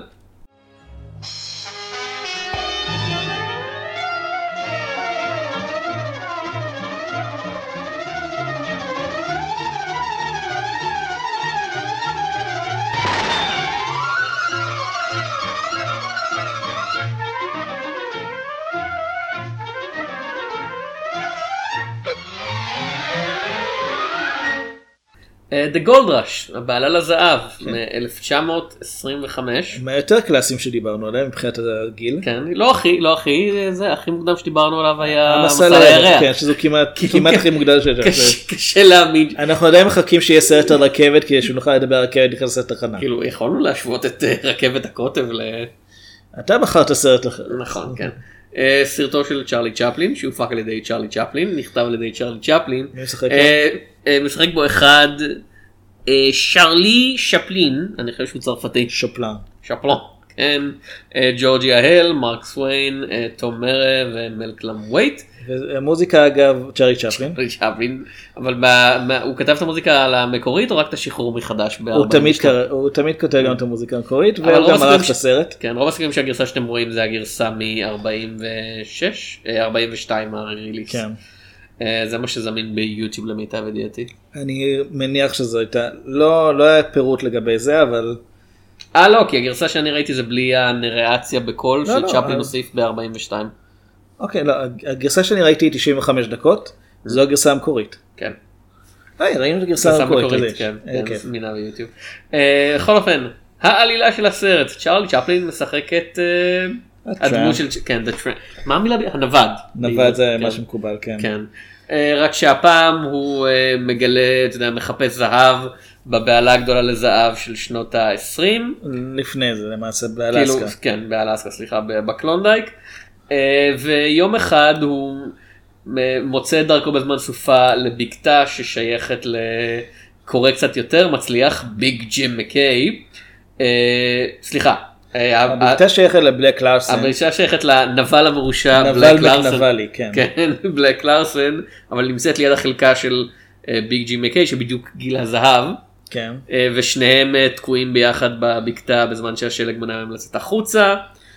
The Gold Rush, הבעלה לזהב, מ-אלף תשע מאות עשרים וחמש. מהיותר קלאסים שדיברנו עליהם מבחינת הגיל. כן, לא הכי, לא הכי, זה הכי מוקדם שדיברנו עליו היה המסע לירח. כן, שזו כמעט הכי מוקדם של זה. קשה להאמין. אנחנו עדיין מחכים שיהיה סרט על רכבת, כדי שנוכל לדבר על רכבת נכנס לתחנה. כאילו, יכולנו להשוות את רכבת הקוטב ל... אתה בחרת סרט אחר. נכון, כן. סרטו של צ'רלי צ'פלין, שהופק על ידי צ'רלי צ'פלין, נכתב על ידי צ'רלי צ'פלין. מי משחק בו? משחק בו אחד, שרלי שפלין, אני חושב שהוא צרפתי. שפלן. שפלן, כן. ג'ורג'יה הל, מרק סוויין, תום מרה ומלקלם ווייט. מוזיקה אגב צ'רלי צ'פלין. צ'רלי צ'פלין, אבל הוא כתב את המוזיקה על המקורית או רק את השחרור מחדש? הוא תמיד כותב גם את המוזיקה המקורית והוא גם ערך את הסרט. כן, רוב הסיכויים שהגרסה שאתם רואים זה הגרסה מ-ארבעים ושש, ארבעים ושתיים הריליס. כן. זה מה שזמין ביוטיוב למיטב ידיעתי. אני מניח שזו הייתה, לא היה פירוט לגבי זה אבל... אה לא, כי הגרסה שאני ראיתי זה בלי הנראציה בקול שצ'פלין הוסיף ב-ארבעים ושתיים. אוקיי, לא, הגרסה שאני ראיתי היא תשעים וחמש דקות, זו הגרסה המקורית. כן. היי, ראינו את הגרסה המקורית. כן, זמינה ביוטיוב. בכל אופן, העלילה של הסרט, צ'רלי צ'פלין משחק את הדמות של, כן, מה המילה? הנווד. נווד זה מה שמקובל, כן. כן. רק שהפעם הוא מגלה, אתה יודע, מחפש זהב בבעלה הגדולה לזהב של שנות ה-עשרים. לפני זה למעשה באלסקה. כן, באלסקה, סליחה, בקלונדייק. ויום אחד הוא מוצא דרכו בזמן סופה לבקתה ששייכת לקורא קצת יותר מצליח, ביג ג'ים מקיי. סליחה. הבקתה שייכת לבלק לארסן. הבקתה שייכת לנבל המרושע בלק לארסן. נבלי, כן. כן, בלק לארסן, אבל נמצאת ליד החלקה של ביג ג'ים מקיי שבדיוק גיל הזהב. כן. ושניהם תקועים ביחד בבקתה בזמן שהשלג מנע מהם לצאת החוצה.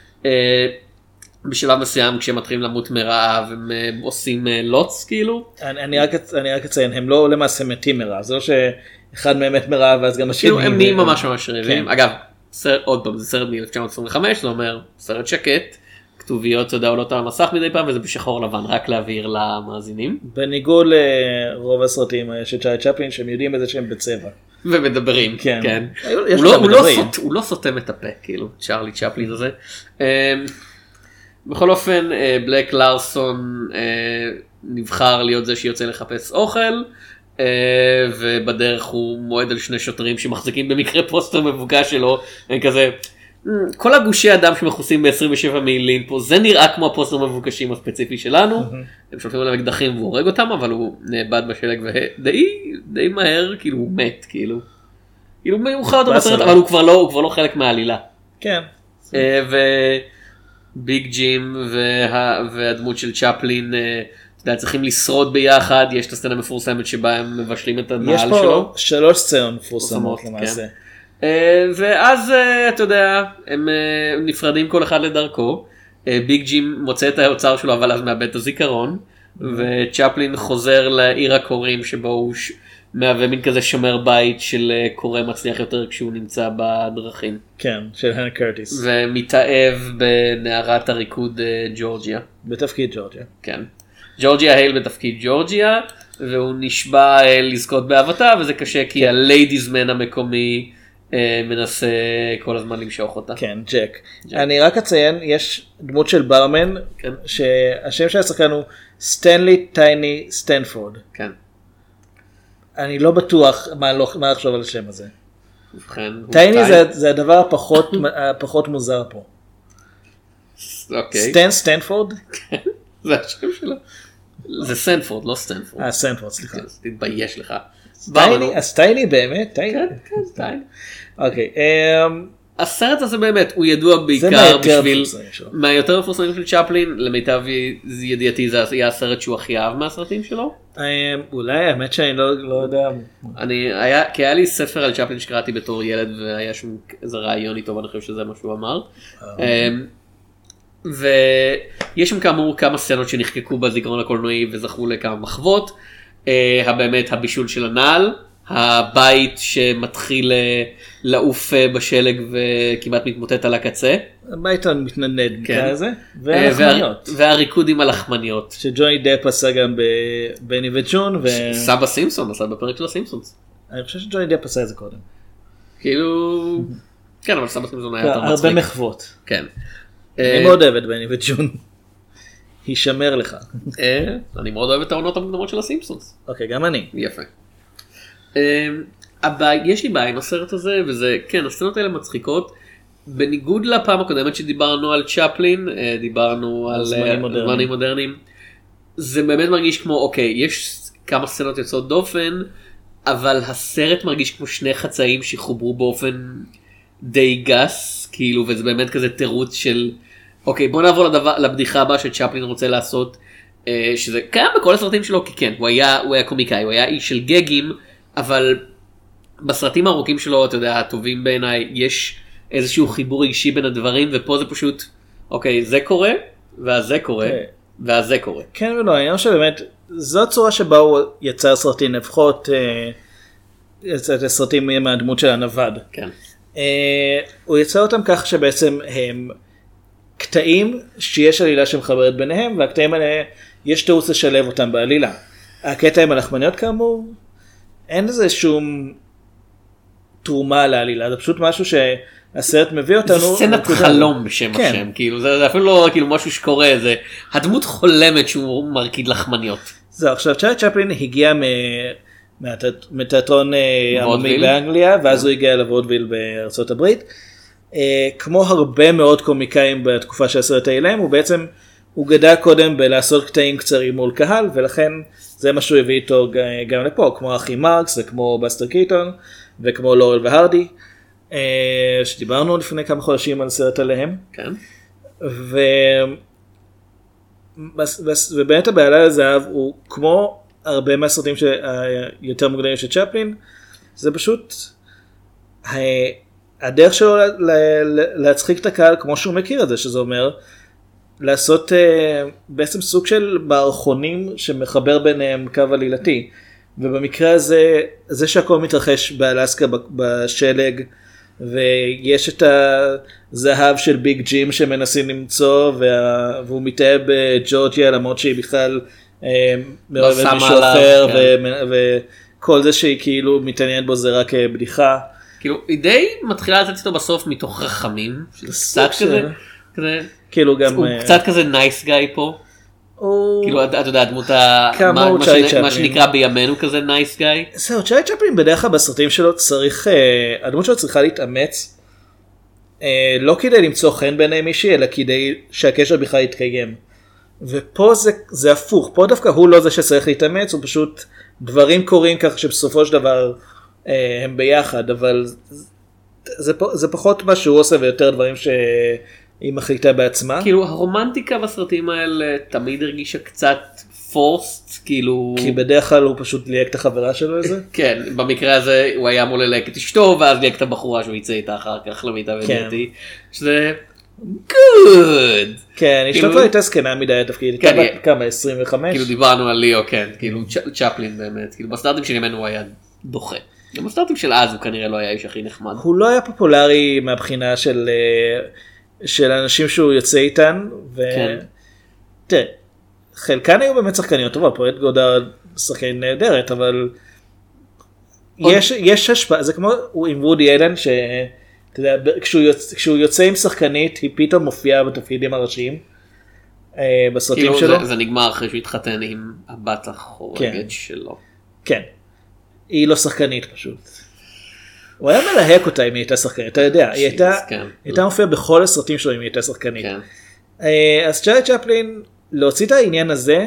בשלב מסוים כשהם מתחילים למות מרעב הם עושים לוץ כאילו. אני רק אציין, הם לא למעשה מתים מרעב, זה לא שאחד מהם מת מרעב ואז גם השני. הם נהיים ממש ממש רעבים. אגב, עוד פעם, זה סרט מ-אלף תשע מאות עשרים וחמש, זה אומר סרט שקט, כתוביות אתה יודע עולות על המסך מדי פעם וזה בשחור לבן, רק להבהיר למאזינים. בניגוד לרוב הסרטים של צ'רלי צ'פלין שהם יודעים את זה שהם בצבע. ומדברים, כן. כן. הוא לא, הוא, לא סוט, הוא לא סותם את הפה, כאילו, צ'רלי צ'פלין הזה. בכל אופן, בלק לארסון נבחר להיות זה שיוצא לחפש אוכל, ובדרך הוא מועד על שני שוטרים שמחזיקים במקרה פוסטר מבוקש שלו, הם כזה, כל הגושי אדם שמכוסים ב-עשרים ושבע מעילים פה, זה נראה כמו הפוסטר מבוקשים הספציפי שלנו, הם שולחים עליו אקדחים והוא הורג אותם, אבל הוא נאבד בשלג ודי מהר, כאילו הוא מת, כאילו. כאילו מאוחר יותר בסרט, אבל הוא כבר לא, הוא כבר לא חלק מהעלילה. כן. וביג ג'ים והדמות של צ'פלין, אתה יודע, צריכים לשרוד ביחד, יש את הסצנה המפורסמת שבה הם מבשלים את הנעל שלו. יש פה שלוש סצנות מפורסמות למעשה. ואז אתה יודע, הם נפרדים כל אחד לדרכו, ביג ג'ים מוצא את האוצר שלו אבל אז מאבד את הזיכרון, וצ'פלין חוזר לעיר הקוראים שבו הוא מהווה מין כזה שומר בית של קורא מצליח יותר כשהוא נמצא בדרכים. כן, של הנק קרטיס. ומתאהב בנערת הריקוד ג'ורג'יה. בתפקיד ג'ורג'יה. כן. ג'ורג'יה הייל בתפקיד ג'ורג'יה, והוא נשבע לזכות באהבתה, וזה קשה כי הליידיז מן המקומי מנסה כל הזמן למשוך אותה. כן, ג'ק. אני רק אציין, יש דמות של ברמן, שהשם של השחקן הוא סטנלי טייני סטנפורד. כן. אני לא בטוח מה לחשוב על השם הזה. טייני זה הדבר הפחות מוזר פה. סטן סטנפורד? כן, זה השם שלו. זה סנפורד, לא סטנפורד. אה, סנפורד, סליחה. תתבייש לך. אז טייני באמת? כן, כן, טייני. אוקיי. הסרט הזה באמת, הוא ידוע בעיקר בשביל, מהיותר מפורסמים של צ'פלין, למיטב ידיעתי זה היה הסרט שהוא הכי אהב מהסרטים שלו. אולי, האמת שאני לא יודע. כי היה לי ספר על צ'פלין שקראתי בתור ילד, והיה שם איזה רעיון איתו, ואני חושב שזה מה שהוא אמר. ויש שם כאמור כמה סצנות שנחקקו בזיכרון הקולנועי וזכו לכמה מחוות, באמת הבישול של הנעל, הבית שמתחיל לעוף בשלג וכמעט מתמוטט על הקצה, הבית המתנדנד נקרא לזה, והלחמניות, והריקוד עם הלחמניות שג'וני דפ עשה גם בבני וג'ון, סבא סימפסון עשה בפרק של הסימפסונס. אני חושב שג'וני דפ עשה את זה קודם. כאילו, כן, אבל סבא סימפסון היה יותר מצחיק. הרבה מחוות. כן. אני מאוד אוהב את בני וג'ון. הישמר לך. אני מאוד אוהב את העונות המקדמות של הסימפסונס. אוקיי, גם אני. יפה. יש לי בעיה עם הסרט הזה, וזה, כן, הסצנות האלה מצחיקות. בניגוד לפעם הקודמת שדיברנו על צ'פלין, דיברנו על זמנים מודרניים. זה באמת מרגיש כמו, אוקיי, יש כמה סצנות יוצאות דופן, אבל הסרט מרגיש כמו שני חצאים שחוברו באופן די גס, כאילו, וזה באמת כזה תירוץ של, אוקיי, בוא נעבור לדבר, לבדיחה הבאה שצ'פלין רוצה לעשות, שזה קיים בכל הסרטים שלו, כי כן, הוא היה, הוא היה קומיקאי, הוא היה איש של גגים, אבל בסרטים הארוכים שלו, אתה יודע, הטובים בעיניי, יש איזשהו חיבור אישי בין הדברים, ופה זה פשוט, אוקיי, זה קורה, ואז זה קורה, okay. ואז זה קורה. כן ולא, אני חושב שבאמת, זו הצורה שבה הוא יצר סרטים, לפחות יצר סרטים מהדמות של הנווד. כן. הוא יצר אותם כך שבעצם הם קטעים שיש עלילה שמחברת ביניהם, והקטעים האלה יש תירוץ לשלב אותם בעלילה. הקטע עם הלחמניות כאמור, אין לזה שום תרומה לעלילה, זה פשוט משהו שהסרט מביא אותנו. זה סצנת חלום בשם כן. השם, כאילו, זה, זה אפילו לא כאילו משהו שקורה, זה הדמות חולמת שהוא מרקיד לחמניות. זהו, עכשיו צ'ארלי צ'פלין הגיע מ... מתיאטרון עממי באנגליה, ואז הוא הגיע לוודוויל בארצות הברית. כמו הרבה מאוד קומיקאים בתקופה של הסרט האילם, הוא בעצם, הוא גדל קודם בלעשות קטעים קצרים מול קהל, ולכן זה מה שהוא הביא איתו גם לפה, כמו אחי מרקס, וכמו בסטר קיטון, וכמו לורל והרדי, שדיברנו לפני כמה חודשים על סרט עליהם. כן. ו... ובאמת הבעלה לזהב הוא כמו הרבה מהסרטים היותר מוקדמים של צ'פלין, זה פשוט הדרך שלו להצחיק את הקהל כמו שהוא מכיר את זה, שזה אומר לעשות בעצם סוג של מערכונים שמחבר ביניהם קו עלילתי, ובמקרה הזה, זה שהכל מתרחש באלסקה בשלג, ויש את הזהב של ביג ג'ים שמנסים למצוא, וה... והוא מתאהב בג'ורג'יה למרות שהיא בכלל מאוהבת מישהו אחר, כן. ו... וכל זה שהיא כאילו מתעניינת בו זה רק בדיחה. כאילו היא די מתחילה לצאת איתו בסוף מתוך רחמים, קצת כזה, כזה, כאילו גם הוא קצת כזה נייס גאי פה. כאילו אתה יודע דמות מה שנקרא בימינו כזה נייס גאי. זהו, צ'ארלי צ'פלין בדרך כלל בסרטים שלו צריך, הדמות שלו צריכה להתאמץ, לא כדי למצוא חן בעיני מישהי, אלא כדי שהקשר בכלל יתקיים. ופה זה הפוך, פה דווקא הוא לא זה שצריך להתאמץ, הוא פשוט דברים קורים כך שבסופו של דבר הם ביחד, אבל זה פחות מה שהוא עושה ויותר דברים ש... היא מחליטה בעצמה. כאילו הרומנטיקה בסרטים האלה תמיד הרגישה קצת פורסט, כאילו... כי בדרך כלל הוא פשוט ליהק את החברה שלו איזה? כן, במקרה הזה הוא היה אמור ללהק את אשתו, ואז ליהק את הבחורה שהוא יצא איתה אחר כך למיטה ודעתי. שזה... גוד! כן, אשתו כבר הייתה זקנה מדי התפקיד, כמה, עשרים וחמש? כאילו דיברנו על ליאו, כן, כאילו צ'פלין באמת, כאילו בסרטים שלימנו הוא היה דוחה. גם בסרטים של אז הוא כנראה לא היה איש הכי נחמד. הוא לא היה פופולרי מהבחינה של... של אנשים שהוא יוצא איתן, ותראה, חלקן היו באמת שחקניות טובה, פה את גודרד שחקנית נהדרת, אבל יש, יש השפעה, זה כמו עם וודי אלן, שאתה יודע, כשהוא יוצא, כשהוא יוצא עם שחקנית, היא פתאום מופיעה בתפקידים הראשיים, בסרטים כאילו שלו. זה, זה נגמר אחרי שהוא התחתן עם הבת החורגת כן. שלו. כן, היא לא שחקנית פשוט. הוא היה מלהק אותה אם היא הייתה שחקנית, אתה יודע, היא הייתה מופיעה בכל הסרטים שלו אם היא הייתה שחקנית. אז צ'ארלי צ'פלין, להוציא את העניין הזה,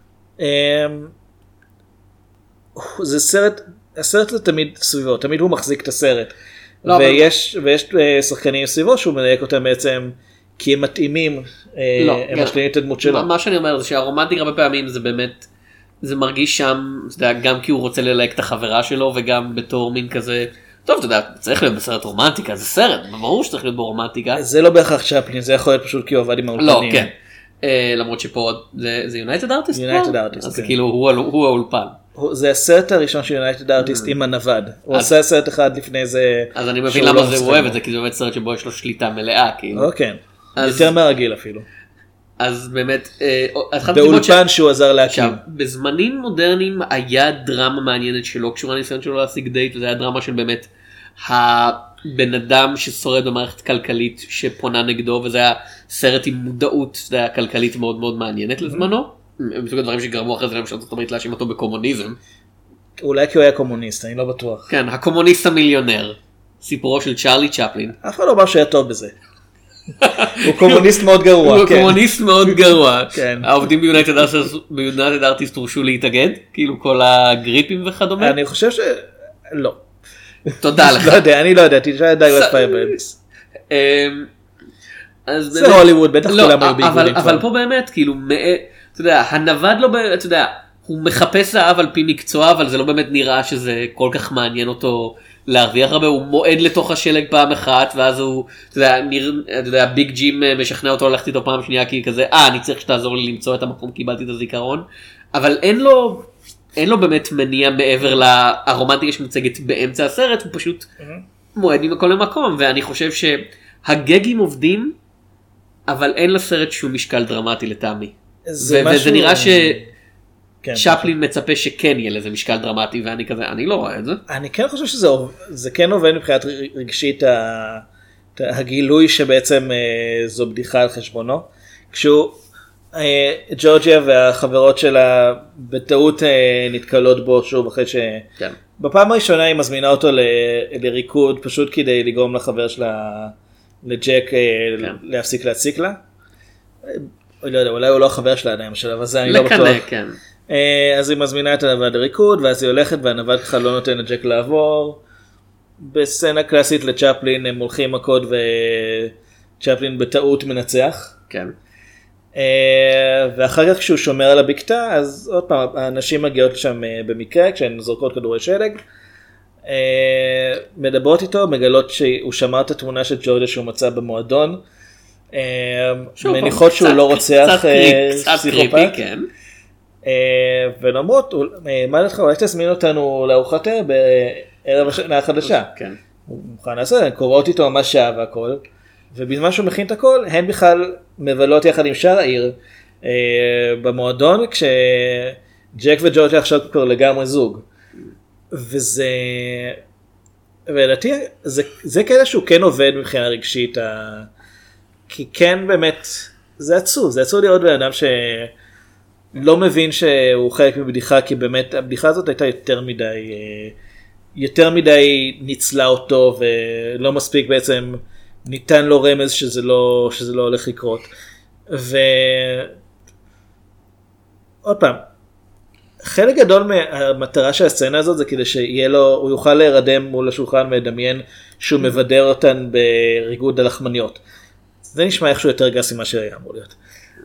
זה סרט, הסרט זה תמיד סביבו, תמיד הוא מחזיק את הסרט. ויש שחקנים סביבו שהוא מלהק אותם בעצם, כי הם מתאימים, הם משלימים את הדמות שלו. מה שאני אומר זה שהרומנטיקה הרבה פעמים זה באמת, זה מרגיש שם, גם כי הוא רוצה ללהק את החברה שלו, וגם בתור מין כזה, טוב, אתה יודע, צריך להיות בסרט רומנטיקה, זה סרט, ברור שצריך להיות בו רומנטיקה. זה לא בהכרח צ'פלין, זה יכול להיות פשוט כי הוא עבד עם האולפנים. לא, כן. למרות שפה זה יונייטד ארטיסט? יונייטד ארטיסט, אז כאילו הוא האולפן. זה הסרט הראשון של יונייטד ארטיסט עם הנווד. הוא עשה סרט אחד לפני זה. אז אני מבין למה זה הוא אוהב את זה, כי זה באמת סרט שבו יש לו שליטה מלאה. כן, יותר מהרגיל אפילו. אז באמת, אה, אחת באולפן שהוא עזר להקים. עכשיו, בזמנים מודרניים היה דרמה מעניינת שלא קשורה לניסיון שלו להשיג דייט, וזה היה דרמה של באמת הבן אדם ששורד במערכת כלכלית שפונה נגדו, וזה היה סרט עם מודעות, זה היה כלכלית מאוד מאוד מעניינת לזמנו, מסוג הדברים שגרמו אחרי זה למשל ארצות הברית להאשים אותו בקומוניזם. אולי כי הוא היה קומוניסט, אני לא בטוח. כן, הקומוניסט המיליונר, סיפורו של צ'רלי צ'פלין. אף אחד לא אמר שהיה טוב בזה. הוא קומוניסט מאוד גרוע. הוא קומוניסט מאוד גרוע. כן. העובדים ביונייטד ארטיסט הורשו להתאגד, כאילו כל הגריפים וכדומה. אני חושב ש... לא. תודה לך. לא יודע, אני לא יודע, תשאל די בפייברס. זה הוליווד, בטח כולם היו בעיגולים. אבל פה באמת, כאילו, אתה יודע, הנווד לא, אתה יודע, הוא מחפש זהב על פי מקצוע, אבל זה לא באמת נראה שזה כל כך מעניין אותו להרוויח הרבה, הוא מועד לתוך השלג פעם אחת, ואז הוא, אתה יודע, נראה, אתה יודע, ביג ג'ים משכנע אותו ללכת איתו פעם שנייה, כי כזה, אה, אני צריך שתעזור לי למצוא את המקום, קיבלתי את הזיכרון, אבל אין לו, אין לו באמת מניע מעבר לרומנטיקה שמוצגת באמצע הסרט, הוא פשוט מועד ממקום למקום, ואני חושב שהגגים עובדים, אבל אין לסרט שום משקל דרמטי לטעמי. וזה נראה ש... צ'פלין מצפה שכן יהיה לזה משקל דרמטי, ואני כזה, אני לא רואה את זה. אני כן חושב שזה זה כן עובד מבחינת רגשית הגילוי שבעצם זו בדיחה על חשבונו. כשהוא, ג'ורג'יה והחברות שלה בטעות נתקלות בו שוב אחרי ש... בפעם הראשונה היא מזמינה אותו לריקוד פשוט כדי לגרום לחבר שלה, לג'ק, להפסיק להציק לה. לא יודע, אולי הוא לא החבר שלה עדיין בשלב הזה, אני לא בטוח. לקנא, כן. אז היא מזמינה את הנווד לריקוד, ואז היא הולכת והנווד ככה לא נותן לג'ק לעבור. בסצנה קלאסית לצ'פלין הם הולכים מכות וצ'פלין בטעות מנצח. כן. ואחר כך כשהוא שומר על הבקתה, אז עוד פעם, האנשים מגיעות לשם במקרה, כשהן זורקות כדורי שלג. מדברות איתו, מגלות שהוא שמר את התמונה של ג'ורג'ה שהוא מצא במועדון. מניחות שהוא לא רוצח פסיכופת. ולמרות, מה לדעתך, אולי תזמין אותנו לארוחת ערב בערב השנה החדשה. הוא מוכן לעשות, קוראות איתו ממש שעה והכל, ובזמן שהוא מכין את הכל, הן בכלל מבלות יחד עם שאר העיר במועדון, כשג'ק וג'ורג'ה עכשיו כבר לגמרי זוג. וזה, ולדעתי, זה כאלה שהוא כן עובד מבחינה רגשית, כי כן באמת, זה עצוב, זה עצוב לראות בן אדם שלא מבין שהוא חלק מבדיחה, כי באמת הבדיחה הזאת הייתה יותר מדי, יותר מדי ניצלה אותו, ולא מספיק בעצם ניתן לו רמז שזה לא, שזה לא הולך לקרות. ועוד פעם, חלק גדול מהמטרה של הסצנה הזאת זה כדי שיהיה לו, הוא יוכל להירדם מול השולחן ולדמיין שהוא מבדר אותן בריגוד הלחמניות. זה נשמע איכשהו יותר גס ממה שהיה אמור להיות.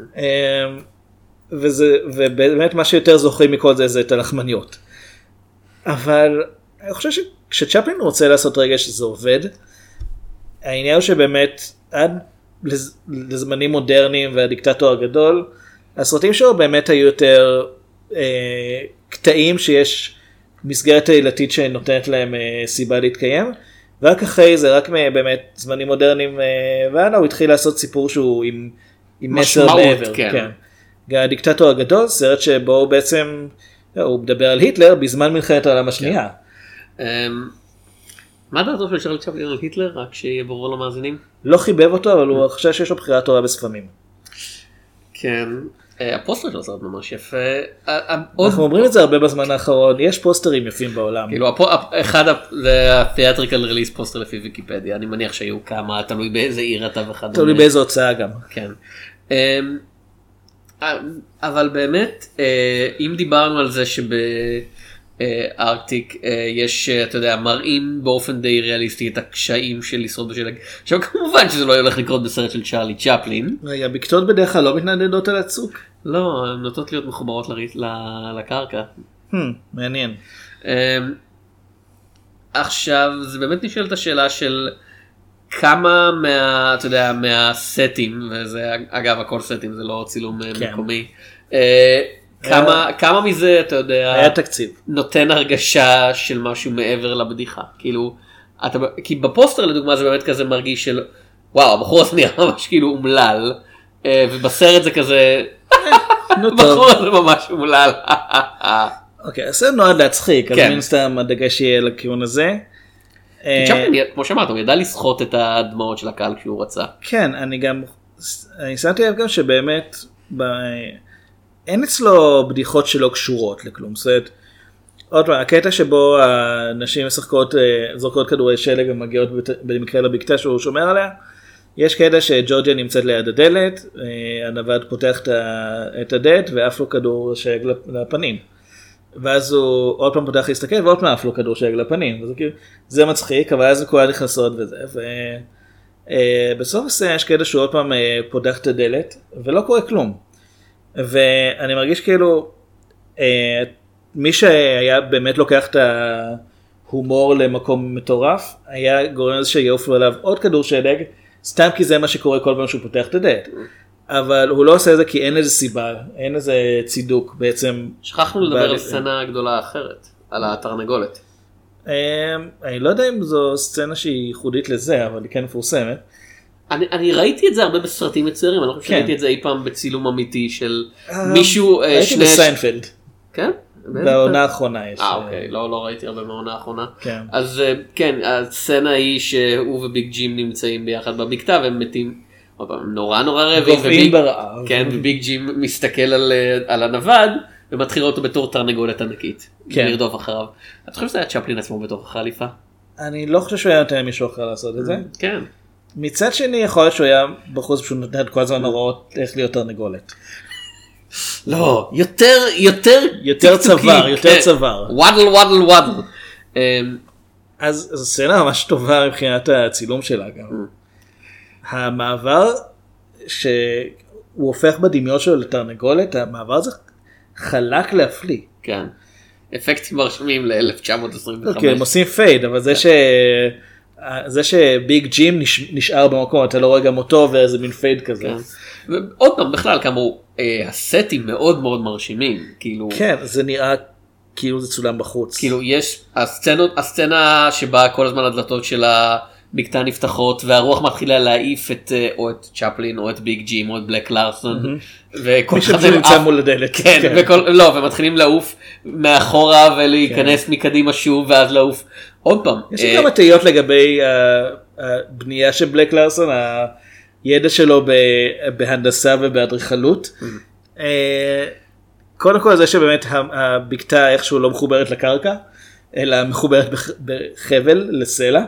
וזה, ובאמת מה שיותר זוכרים מכל זה זה את הלחמניות. אבל אני חושב שכשצ'פלין רוצה לעשות רגע שזה עובד, העניין הוא שבאמת עד לזמנים מודרניים והדיקטטור הגדול, הסרטים שלו באמת היו יותר אה, קטעים שיש מסגרת העילתית שנותנת להם אה, סיבה להתקיים, ורק אחרי זה, רק באמת זמנים מודרניים, ואנה הוא התחיל לעשות סיפור שהוא עם, עם מסר מעבר. כן. כן. הדיקטטור הגדול, סרט שבו הוא בעצם, הוא מדבר על היטלר בזמן מלחמת העולם השנייה. כן. מה דעתו של צ'רלי צ'פלין על היטלר? רק שיהיה ברור למאזינים? לא חיבב אותו, אבל הוא חושב שיש לו בחירה טובה בספמים. כן. הפוסטר של הסרט ממש יפה. אנחנו אומרים את זה הרבה בזמן האחרון, יש פוסטרים יפים בעולם. כאילו, אחד זה התיאטריקל ריליס פוסטר לפי ויקיפדיה, אני מניח שהיו כמה, תלוי באיזה עיר אתה וכדומה. תלוי באיזו הוצאה גם. כן. אבל באמת, אם דיברנו על זה שבארקטיק יש, אתה יודע, מראים באופן די ריאליסטי את הקשיים של לשרוד בשלג. עכשיו כמובן שזה לא הולך לקרות בסרט של צ'רלי צ'פלין. רגע, בקתות בדרך כלל לא מתנדנדות על הצוק? לא, הן נוטות להיות מחוברות לקרקע. מעניין. עכשיו, זה באמת נשאלת השאלה של כמה מה, אתה יודע, מהסטים, וזה אגב הכל סטים, זה לא צילום מקומי, כמה, כמה מזה, אתה יודע, היה תקציב. נותן הרגשה של משהו מעבר לבדיחה, כאילו, אתה, כי בפוסטר לדוגמה זה באמת כזה מרגיש של, וואו, הבחור הזה נראה ממש כאילו אומלל, ובסרט זה כזה, נו טוב. בחור זה ממש אומלל. אוקיי, הסרט נועד להצחיק, אז כן. מן סתם הדגש יהיה לכיוון הזה. צ'פלין, כמו שאמרת, הוא ידע לסחוט את הדמעות של הקהל כשהוא רצה. כן, אני גם, אני שמתי לב גם שבאמת, ב... אין אצלו בדיחות שלא קשורות לכלום. זאת אומרת, עוד פעם, הקטע שבו הנשים משחקות, זורקות כדורי שלג ומגיעות במקרה לבקתה שהוא שומר עליה, יש קטע שג'ורג'יה נמצאת ליד הדלת, הנווד פותח את הדלת ועף לו כדור שלג לפנים. ואז הוא עוד פעם פותח להסתכל ועוד פעם עף לו כדור שלג לפנים. וזה כאילו, זה מצחיק, אבל אז כולם נכנסות וזה. ובסוף הסרט יש קטע שהוא עוד פעם פותח את הדלת ולא קורה כלום. ואני מרגיש כאילו, מי שהיה באמת לוקח את ההומור למקום מטורף, היה גורם לזה שיעופו עליו עוד כדור שלג, סתם כי זה מה שקורה כל פעם שהוא פותח את הדלת. אבל הוא לא עושה את זה כי אין איזה סיבה, אין איזה צידוק בעצם. שכחנו לדבר על סצנה גדולה אחרת, על התרנגולת. אני לא יודע אם זו סצנה שהיא ייחודית לזה, אבל היא כן מפורסמת. אני, אני ראיתי את זה הרבה בסרטים מצוירים, אני לא חושב שראיתי את זה אי פעם בצילום אמיתי של מישהו... ראיתי בסיינפלד. כן? בעונה האחרונה יש. אה אוקיי, לא, לא ראיתי הרבה מהעונה האחרונה. כן. אז כן, הסצנה היא שהוא וביג ג'ים נמצאים ביחד בבקתה והם מתים, נורא נורא רעבים. גופאים ברעב. כן, וביג ג'ים מסתכל על, על הנווד ומתחיל אותו בתור תרנגולת ענקית. כן. לרדוף אחריו. אתה חושב שזה היה צ'פלין עצמו בתוך החליפה? אני לא חושב שהוא היה נותן מישהו אחר לעשות את זה. כן. מצד שני יכול להיות שהוא היה בחוץ פשוט נותן את כל הזמן הוראות איך להיות תרנגולת. לא, יותר, יותר, יותר צוואר, יותר צוואר. וואדל וואדל וואדל. אז זו סצנה ממש טובה מבחינת הצילום שלה גם. המעבר שהוא הופך בדמיון שלו לתרנגולת, המעבר הזה חלק להפליא. כן. אפקטים מרשימים ל-אלף תשע מאות עשרים וחמש. אוקיי, הם עושים פייד, אבל זה ש... זה שביג ג'ים נשאר במקום, אתה לא רואה גם אותו ואיזה מין פייד כזה. עוד פעם, בכלל, כאמור, הסטים מאוד מאוד מרשימים, כאילו... כן, זה נראה כאילו זה צולם בחוץ. כאילו, יש הסצנה שבה כל הזמן הדלתות של הבקתה נפתחות, והרוח מתחילה להעיף את, או את צ'פלין, או את ביג ג'ים, או את בלק לארסון, מי שזה נמצא מול הדלת. כן, לא, ומתחילים לעוף מאחורה ולהיכנס מקדימה שוב, ואז לעוף עוד פעם. יש לי כמה תהיות לגבי הבנייה של בלק לארסון, הידע שלו בהנדסה ובאדריכלות. קודם כל זה שבאמת הבקתה איכשהו לא מחוברת לקרקע, אלא מחוברת בחבל לסלע.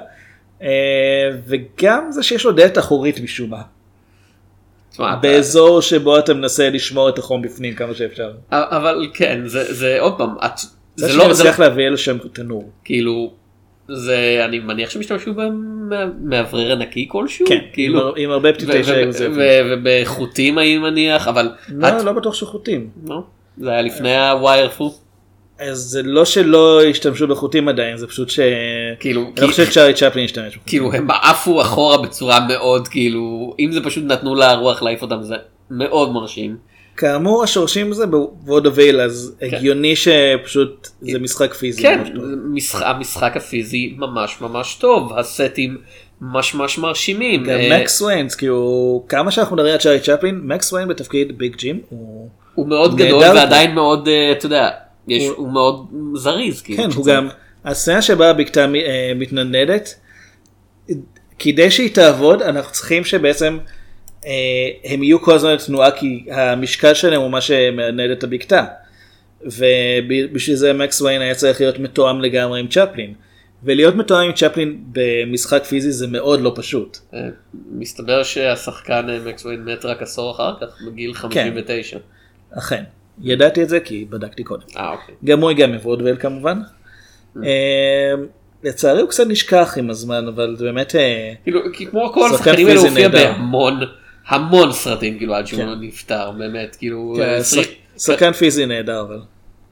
וגם זה שיש לו דלת אחורית משום מה. באזור שבו אתה מנסה לשמור את החום בפנים כמה שאפשר. אבל כן, זה עוד פעם. זה שלא מצליח להביא אלה שם תנור. כאילו, זה, אני מניח שמשתמשו במאוורר נקי כלשהו? כן, כאילו, עם הרבה פתיתי שגז. ובחוטים אני מניח, אבל... לא, לא בטוח שחוטים. זה היה לפני הוויירפו. אז זה לא שלא השתמשו בחוטים עדיין, זה פשוט ש... כאילו... אני לא חושב שצ'ארלי צ'פלין השתמש בחוטים. כאילו, הם עפו אחורה בצורה מאוד, כאילו, אם זה פשוט נתנו לרוח להעיף אותם, זה מאוד מרשים. כאמור, השורשים זה בוודוויל, אז הגיוני שפשוט זה משחק פיזי. כן, המשחק הפיזי ממש ממש טוב, הסטים ממש ממש מרשימים. גם מקס ויינס, כאילו, כמה שאנחנו מדברים על צ'ארלי צ'פלין, מקס ויין בתפקיד ביג ג'ים, הוא... הוא מאוד גדול ועדיין מאוד, אתה יודע, הוא מאוד זריז. כן, הוא גם, הסצנה שבה הבקתה מתנדנדת, כדי שהיא תעבוד, אנחנו צריכים שבעצם הם יהיו כל הזמן תנועה, כי המשקל שלהם הוא מה שמנהל את הבקתה. ובשביל זה מקס ויין היה צריך להיות מתואם לגמרי עם צ'פלין. ולהיות מתואם עם צ'פלין במשחק פיזי זה מאוד לא פשוט. מסתבר שהשחקן מקס ויין מת רק עשור אחר כך, בגיל חמישים ותשע. אכן. ידעתי את זה כי בדקתי קודם. אה, אוקיי. גם הוא הגיע מוודוויל כמובן. לצערי הוא קצת נשכח עם הזמן, אבל זה באמת... כאילו, כמו הכל, השחקנים האלה הופיע בהמון, המון סרטים, כאילו, עד שהוא נפטר, באמת, כאילו... שחקן פיזי נהדר, אבל...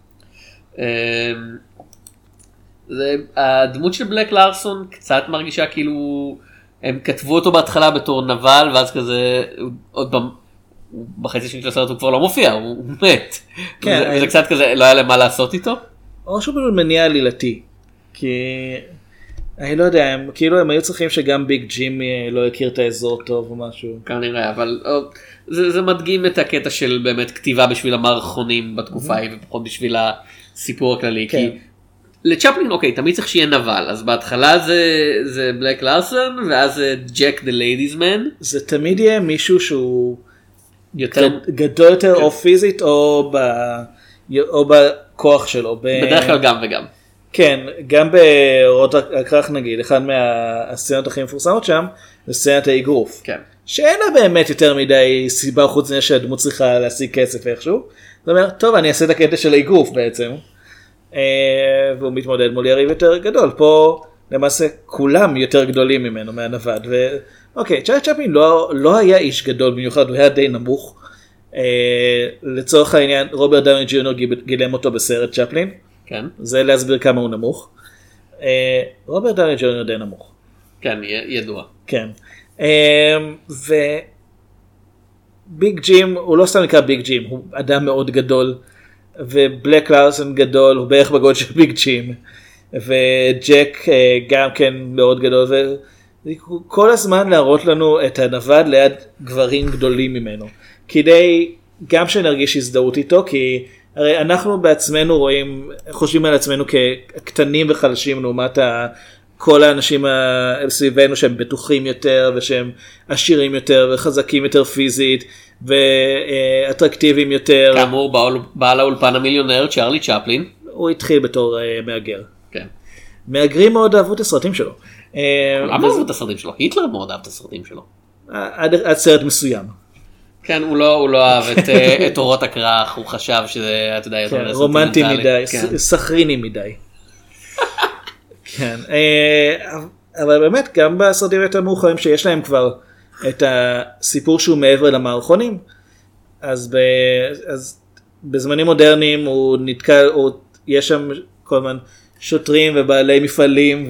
הדמות של בלק לארסון קצת מרגישה כאילו, הם כתבו אותו בהתחלה בתור נבל, ואז כזה, עוד פעם, בחצי שני של הסרט הוא כבר לא מופיע, הוא מת. וזה קצת כזה, לא היה להם מה לעשות איתו. או שהוא מניע עלילתי, כי אני לא יודע, הם, כאילו הם היו צריכים שגם ביג ג'ים לא יכיר את האזור טוב או משהו. כנראה, אבל זה, זה מדגים את הקטע של באמת כתיבה בשביל המערכונים בתקופה ההיא ופחות בשביל הסיפור הכללי. כן. כי לצ'פלין, אוקיי, תמיד צריך שיהיה נבל, אז בהתחלה זה, זה בלק לארסון, ואז זה ג'ק דה ליידיז מן. זה תמיד יהיה מישהו שהוא יותר... גדול יותר או פיזית או, ב... או בכוח שלו. ב... בדרך כלל גם וגם. כן, גם באורות הכרך נגיד, אחד מהסצנות הכי מפורסמות שם, זה סצנת האגרוף. כן. שאין לה באמת יותר מדי סיבה חוץ מזה שהדמות צריכה להשיג כסף איכשהו. זאת אומרת, טוב, אני אעשה את הקטע של האגרוף בעצם. והוא מתמודד מול יריב יותר גדול. פה למעשה כולם יותר גדולים ממנו, מהנווד. ואוקיי, צ'ארלי צ'פלין לא, לא היה איש גדול במיוחד, הוא היה די נמוך. לצורך העניין, רוברט דאוני ג'וניור גילם אותו בסרט צ'פלין. כן. זה להסביר כמה הוא נמוך. רוברט דאוני ג'וניור די נמוך. כן, ידוע. כן. וביג ג'ים, הוא לא סתם נקרא ביג ג'ים, הוא אדם מאוד גדול. ובלק לארסון גדול, הוא בערך בגודל של ביג ג'ים. וג'ק גם כן מאוד גדול. וכל הזמן להראות לנו את הנווד ליד גברים גדולים ממנו. כדי גם שנרגיש הזדהות איתו, כי הרי אנחנו בעצמנו רואים, חושבים על עצמנו כקטנים וחלשים לעומת כל האנשים סביבנו שהם בטוחים יותר ושהם עשירים יותר וחזקים יותר פיזית ואטרקטיביים יותר. כאמור בעל האולפן המיליונר צ'ארלי צ'פלין. הוא התחיל בתור מהגר. כן. מהגרים מאוד אהבו את הסרטים שלו. למה אהבו את הסרטים שלו? היטלר מאוד אהב את הסרטים שלו. עד סרט מסוים. כן, הוא לא, הוא לא אהב את, את אורות הכרך, הוא חשב שזה, אתה יודע, כן, רומנטי מדי, כן. סכריני מדי. כן, אבל באמת גם בסרטים יותר מאוחרים שיש להם כבר את הסיפור שהוא מעבר למערכונים, אז, ב, אז בזמנים מודרניים הוא נתקל, הוא, יש שם כל הזמן שוטרים ובעלי מפעלים ו,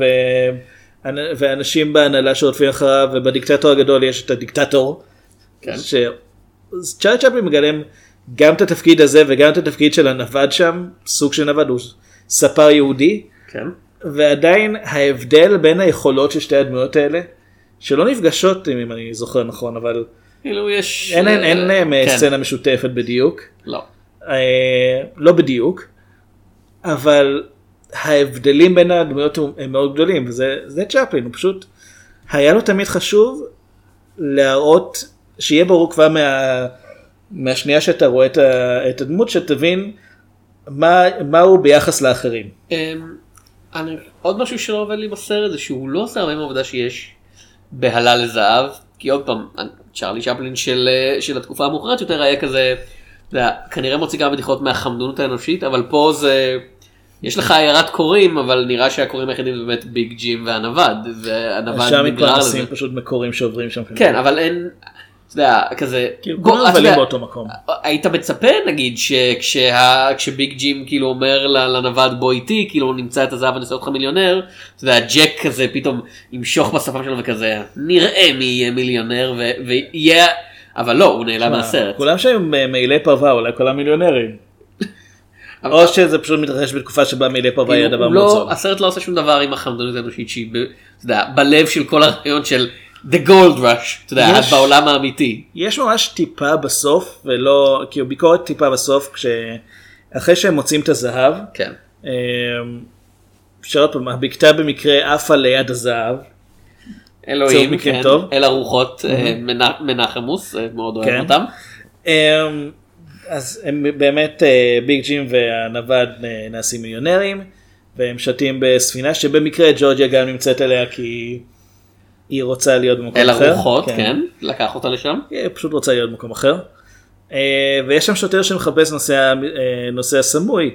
ואנשים בהנהלה שרודפים אחריו, ובדיקטטור הגדול יש את הדיקטטור, כן. ש... צ'ארלי צ'פלין מגלם גם את התפקיד הזה וגם את התפקיד של הנווד שם, סוג של נווד, הוא ספר יהודי, כן. ועדיין ההבדל בין היכולות של שתי הדמויות האלה, שלא נפגשות אם אני זוכר נכון, אבל כאילו יש... אין להם, אין להם כן. סצנה משותפת בדיוק, לא. אה, לא בדיוק, אבל ההבדלים בין הדמויות הם מאוד גדולים, וזה זה צ'פלין, הוא פשוט, היה לו תמיד חשוב להראות, שיהיה ברור כבר מה, מהשנייה שאתה רואה את, ה, את הדמות, שתבין מה, מה הוא ביחס לאחרים. אני, עוד משהו שלא עובד לי בסרט, זה שהוא לא עושה הרבה מהעובדה שיש בהלה לזהב, כי עוד פעם, צ'ארלי צ'פלין של, של התקופה המאוחרת יותר היה כזה, זה, כנראה מוציא גם בדיחות מהחמדנות האנושית, אבל פה זה, יש לך עיירת קוראים, אבל נראה שהקוראים היחידים זה באמת ביג ג'ים והנווד, והנווד שם מתפרנסים פשוט מקוראים שעוברים שם. כן, אבל אין... אתה יודע, כזה... כאילו, כולם מבלים באותו מקום. היית מצפה, נגיד, שכשביג ג'ים כאילו אומר לנווד בוא איתי, כאילו הוא נמצא את הזהב ונעשה אותך מיליונר, אתה יודע, ג'ק כזה פתאום ימשוך בשפם שלו וכזה, נראה מי יהיה מיליונר, ויהיה... אבל לא, הוא נעלם מהסרט. כולם שהם מעילי פרווה, אולי כולם מיליונרים. או שזה פשוט מתרחש בתקופה שבה מעילי פרווה היה דבר מאוד זול. הסרט לא עושה שום דבר עם החמדנות האנושית שהיא בלב של כל הרעיון של... The Gold Rush, אתה יודע, בעולם האמיתי. יש ממש טיפה בסוף, ולא, כאילו ביקורת טיפה בסוף, אחרי שהם מוצאים את הזהב, כן. אפשר עוד פעם, הבקתה במקרה עפה ליד הזהב. אלוהים, כן, אל הרוחות, מנחמוס, מאוד אוהב אותם. אז הם באמת, ביג ג'ים והנווד נעשים מיליונרים, והם שתים בספינה, שבמקרה ג'ורג'יה גם נמצאת אליה, כי... היא רוצה להיות במקום אל אחר. אל הרוחות, כן. כן, לקח אותה לשם. היא פשוט רוצה להיות במקום אחר. ויש שם שוטר שמחפש נושא, נושא הסמוי,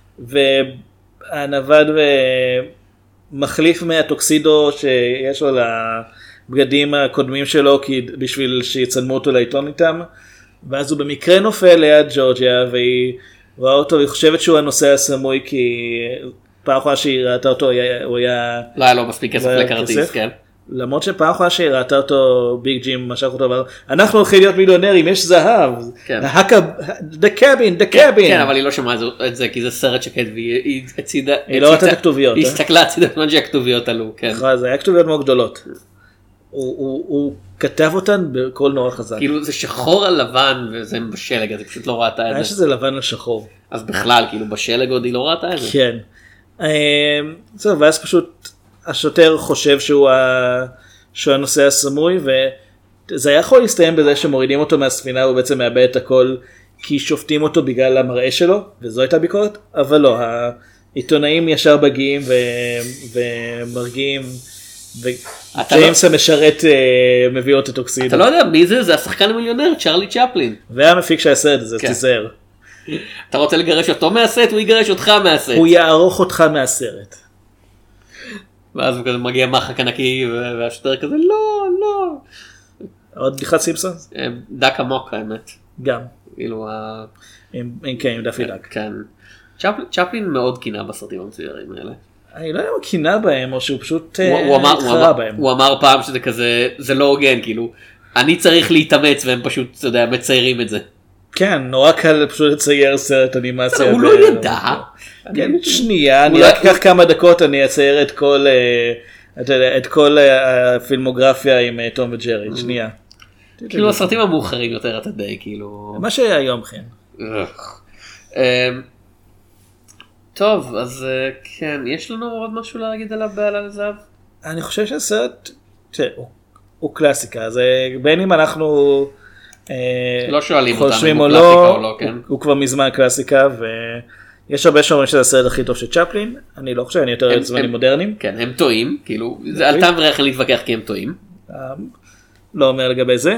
והנווד מחליף מהטוקסידו שיש לו לבגדים הקודמים שלו, בשביל שיצלמו אותו לעיתון איתם, ואז הוא במקרה נופל ליד ג'ורג'יה, והיא רואה אותו, והיא חושבת שהוא הנושא הסמוי, כי פעם אחרונה שהיא ראתה אותו, הוא היה... לא היה לו מספיק כסף לכרטיס, כן. למרות שפעם אחרונה שהיא ראתה אותו, ביג ג'ים משך אותו, אבל אנחנו הולכים להיות מיליונרים, יש זהב. כן. The cabin, the cabin. כן, אבל היא לא שמעה את זה, כי זה סרט שקט, והיא הצידה... היא לא ראתה את הכתוביות. היא הסתכלה הצידה בזמן שהכתוביות עלו, כן. זה היה כתוביות מאוד גדולות. הוא כתב אותן בקול נורא חזק. כאילו זה שחור על לבן, וזה בשלג, אז היא פשוט לא ראתה את זה. היה שזה לבן על שחור. אז בכלל, כאילו בשלג עוד היא לא ראתה את זה. כן. זהו, ואז פשוט השוטר חושב שהוא הנושא הסמוי, וזה היה יכול להסתיים בזה שמורידים אותו מהספינה, הוא בעצם מאבד את הכל, כי שופטים אותו בגלל המראה שלו, וזו הייתה ביקורת, אבל לא, העיתונאים ישר מגיעים ומרגיעים, וג'יימס המשרת מביא אותו טוקסידו. אתה לא יודע מי זה? זה השחקן המיליונר, צ'רלי צ'פלין. והמפיק של הסרט הזה, תיזהר. אתה רוצה לגרש אותו מהסרט, הוא יגרש אותך מהסרט. הוא יערוך אותך מהסרט. ואז הוא כזה מגיע מחק ענקי, והשוטר כזה, לא, לא. עוד בדיחת סימפסונס? דק עמוק האמת. גם. כאילו ה... כן, עם דפי דק. כן. צ'פלין מאוד קינה בסרטים המצוירים האלה. אני לא יודע אם הוא קינה בהם, או שהוא פשוט התחרה בהם. הוא אמר פעם שזה כזה, זה לא הוגן, כאילו, אני צריך להתאמץ, והם פשוט, אתה יודע, מציירים את זה. כן, נורא קל פשוט לצייר סרט אנימציה. הוא לא ידע. כן, שנייה, אני רק אקח כמה דקות, אני אצייר את כל, את כל הפילמוגרפיה עם תום וג'רי, שנייה. כאילו הסרטים המאוחרים יותר, אתה די, כאילו... מה שהיה היום, כן. טוב, אז כן, יש לנו עוד משהו להגיד על הבעלה לזהב? אני חושב שהסרט, הוא קלאסיקה, זה בין אם אנחנו... לא שואלים אותם אם הוא קלאסיקה או לא, הוא כבר מזמן קלאסיקה, ויש הרבה שאומרים שזה הסרט הכי טוב של צ'פלין, אני לא חושב, אני יותר אוהב זמנים מודרניים. כן, הם טועים, כאילו, זה על טעם וריח להתווכח כי הם טועים. לא אומר לגבי זה.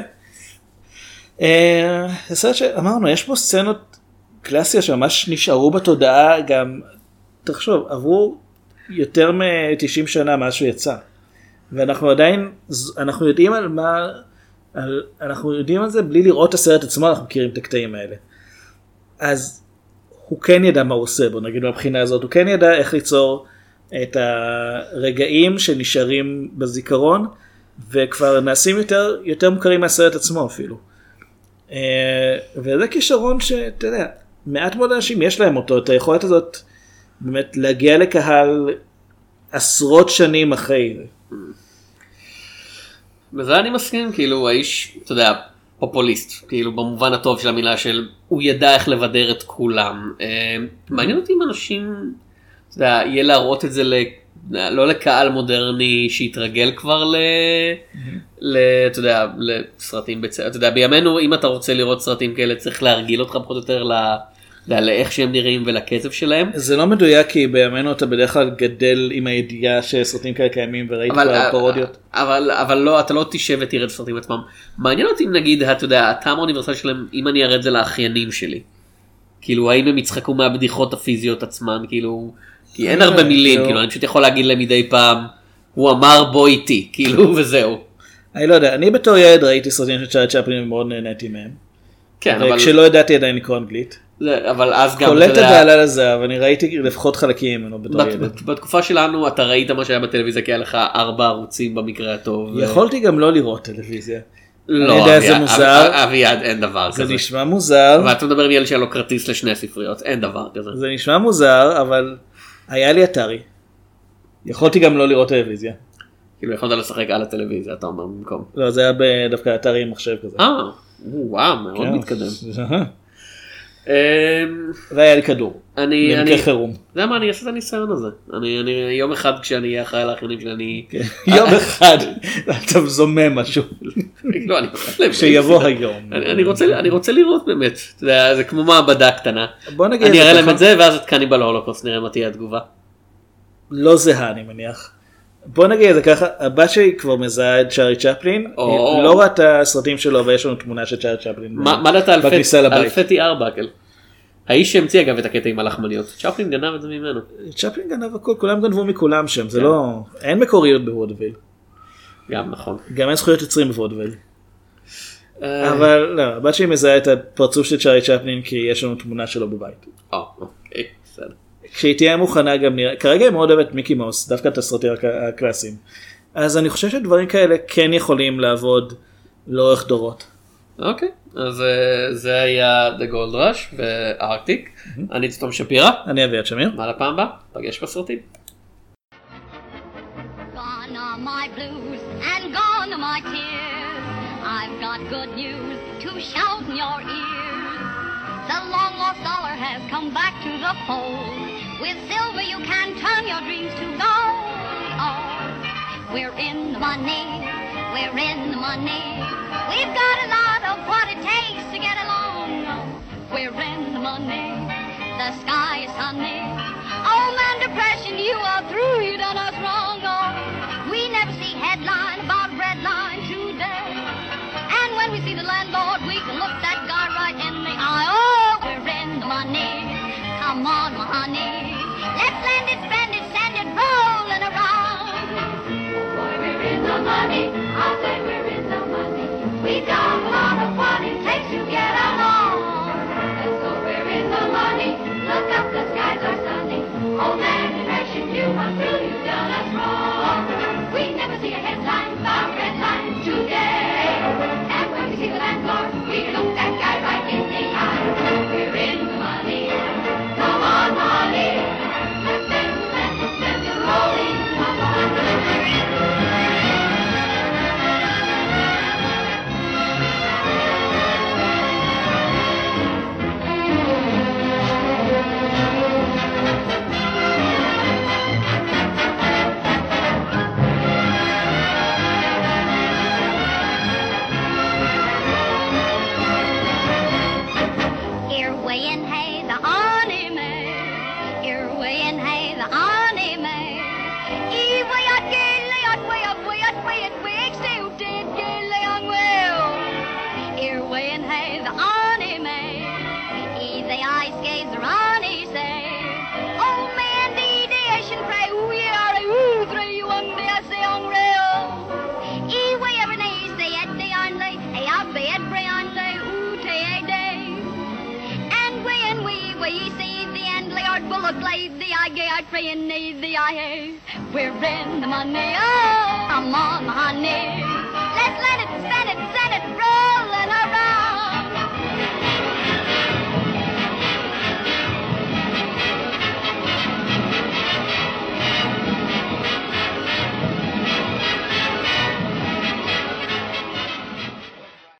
הסרט שאמרנו, יש פה סצנות קלאסיות שממש נשארו בתודעה, גם, תחשוב, עברו יותר מ-תשעים שנה מאז שהוא יצא, ואנחנו עדיין, אנחנו יודעים על מה, על, אנחנו יודעים על זה בלי לראות את הסרט עצמו, אנחנו מכירים את הקטעים האלה. אז הוא כן ידע מה הוא עושה, בוא נגיד מהבחינה הזאת, הוא כן ידע איך ליצור את הרגעים שנשארים בזיכרון, וכבר נעשים יותר, יותר מוכרים מהסרט עצמו אפילו. וזה כישרון שאתה יודע, מעט מאוד אנשים יש להם אותו, את היכולת הזאת באמת להגיע לקהל עשרות שנים אחרי. בזה אני מסכים, כאילו האיש, אתה יודע, פופוליסט, כאילו במובן הטוב של המילה של, הוא ידע איך לבדר את כולם. מעניין אותי אם אנשים, אתה יודע, יהיה להראות את זה ל... לא לקהל מודרני שהתרגל כבר ל... ל... אתה יודע, לסרטים בצ... אתה יודע, בימינו, אם אתה רוצה לראות סרטים כאלה, צריך להרגיל אותך פחות או יותר ל... לאיך שהם נראים ולקצב שלהם. זה לא מדויק, כי בימינו אתה בדרך כלל גדל עם הידיעה שסרטים כאלה קיימים וראית כבר פרודיות. אבל, אבל לא, אתה לא תשב ותראה את הסרטים עצמם. מעניין אותי אם נגיד, אתה יודע, הטעם האוניברסלי שלהם, אם אני אראה את זה לאחיינים שלי. כאילו, האם הם יצחקו מהבדיחות הפיזיות עצמן, כאילו, כי אין הרבה מילים, כאילו, אני פשוט יכול להגיד להם מדי פעם, הוא אמר בוא איתי, כאילו, וזהו. אני לא יודע, אני בתור ילד ראיתי סרטים של צ'ארלי צ'פלין ומאוד נהניתי מהם. כן, אבל... וכשלא ידעתי עדיין לקרוא אנגלית. אבל אז גם... קולט את העלה לזה, אבל אני ראיתי לפחות חלקים ממנו בתור ילד. בתקופה שלנו אתה ראית מה שהיה בטלוויזיה, כי היה לך ארבע ערוצים במקרה הטוב. יכולתי גם לא לראות טלוויזיה. לא, אביעד, אין דבר כזה. זה נשמע מוזר. ואתה מדבר עם ילד שהיה לו כרטיס לשני ספריות, אין דבר כזה. זה נשמע מוזר, אבל היה לי אתרי. יכולתי גם לא לראות טלוויזיה. כאילו יכולת לשחק על הטלוויזיה, אתה אומר במקום. לא, זה היה דווקא אתרי עם מחשב כזה. אה, וואו, מאוד מתקדם. והיה לי כדור. במקרה חירום. זה מה, אני אעשה את הניסיון הזה. אני יום אחד כשאני אהיה אחראי לאחיינים שלי, אני... יום אחד, אתה זומם משהו. לא, אני חושב. שיבוא היום. אני רוצה לראות באמת. זה כמו מעבדה קטנה. בוא נגיד... אני אראה להם את זה, ואז את קניבל ההולוקוסט, נראה מה תהיה התגובה. לא זהה, אני מניח. בוא נגיד את זה ככה, הבת שלי כבר מזהה את צ'ארלי צ'פלין, לא ראה את הסרטים שלו, ויש לנו תמונה של צ'ארלי צ'פלין. מה דעת על פטי ארבקל? האיש שהמציא אגב את הקטע עם הלחמניות. צ'פלין גנב את זה ממנו. צ'פלין גנב הכל, כולם גנבו מכולם שם, זה לא... אין מקוריות בוודוויל. גם נכון. גם אין זכויות יוצרים בוודוויל. אבל לא, הבת שלי מזהה את הפרצוף של צ'ארלי צ'פלין, כי יש לנו תמונה שלו בבית. אה, אוקיי, בסדר. כשהיא תהיה מוכנה גם נראה, כרגע היא מאוד אוהבת מיקי מאוס, דווקא את הסרטים הקלאסיים. אז אני חושב שדברים כאלה כן יכולים לעבוד לאורך דורות. אוקיי, אז זה היה The Gold Rush בארקטיק. אני תום שפירא. אני אביעד שמיר. מה לפעם הבאה? פגש בסרטים. Gone are my blues and gone are my tears. I've got good news to shout in your ears. The long lost dollar has come back to the fold. With silver you can turn your dreams to gold. Oh, we're in the money, we're in the money. We've got a lot of what it takes to get along. Oh, we're in the money, the sky is sunny. Oh man, depression, you are through, you done us wrong. Oh, we never see headline about red line today. And when we see the landlord, we can look that guy right in the eye. Oh, we're in the money, come on, my honey. Let's lend it, spend it, send it rolling around. Boy, we're in the money, I'll say we're in the money. We've got a lot of what it takes to get along. And so we're in the money, look up, the skies are sunny. Oh man, depression, you are through, you've done us wrong. We never see a headline about red lines today. And when we see the landlord, we can look that guy right in the eye. We're in the money, come on, money. Let's spend, spend, spend it rolling along. Weighing hay the anime, you're weighing hay the anime. Way at gilly at way up way at way at way still did gilly on well. You're weighing hay the anime. Easy ice skates run say. Oh man, the nation pray ooh yeah ooh three one day I say on real. E way every day say at the on lay hey I be at pray on lay ooh tay day. We see the end, Lord Bullock laid the eye, gay, I pray and need the eye. We're in the money, oh, I'm on, honey.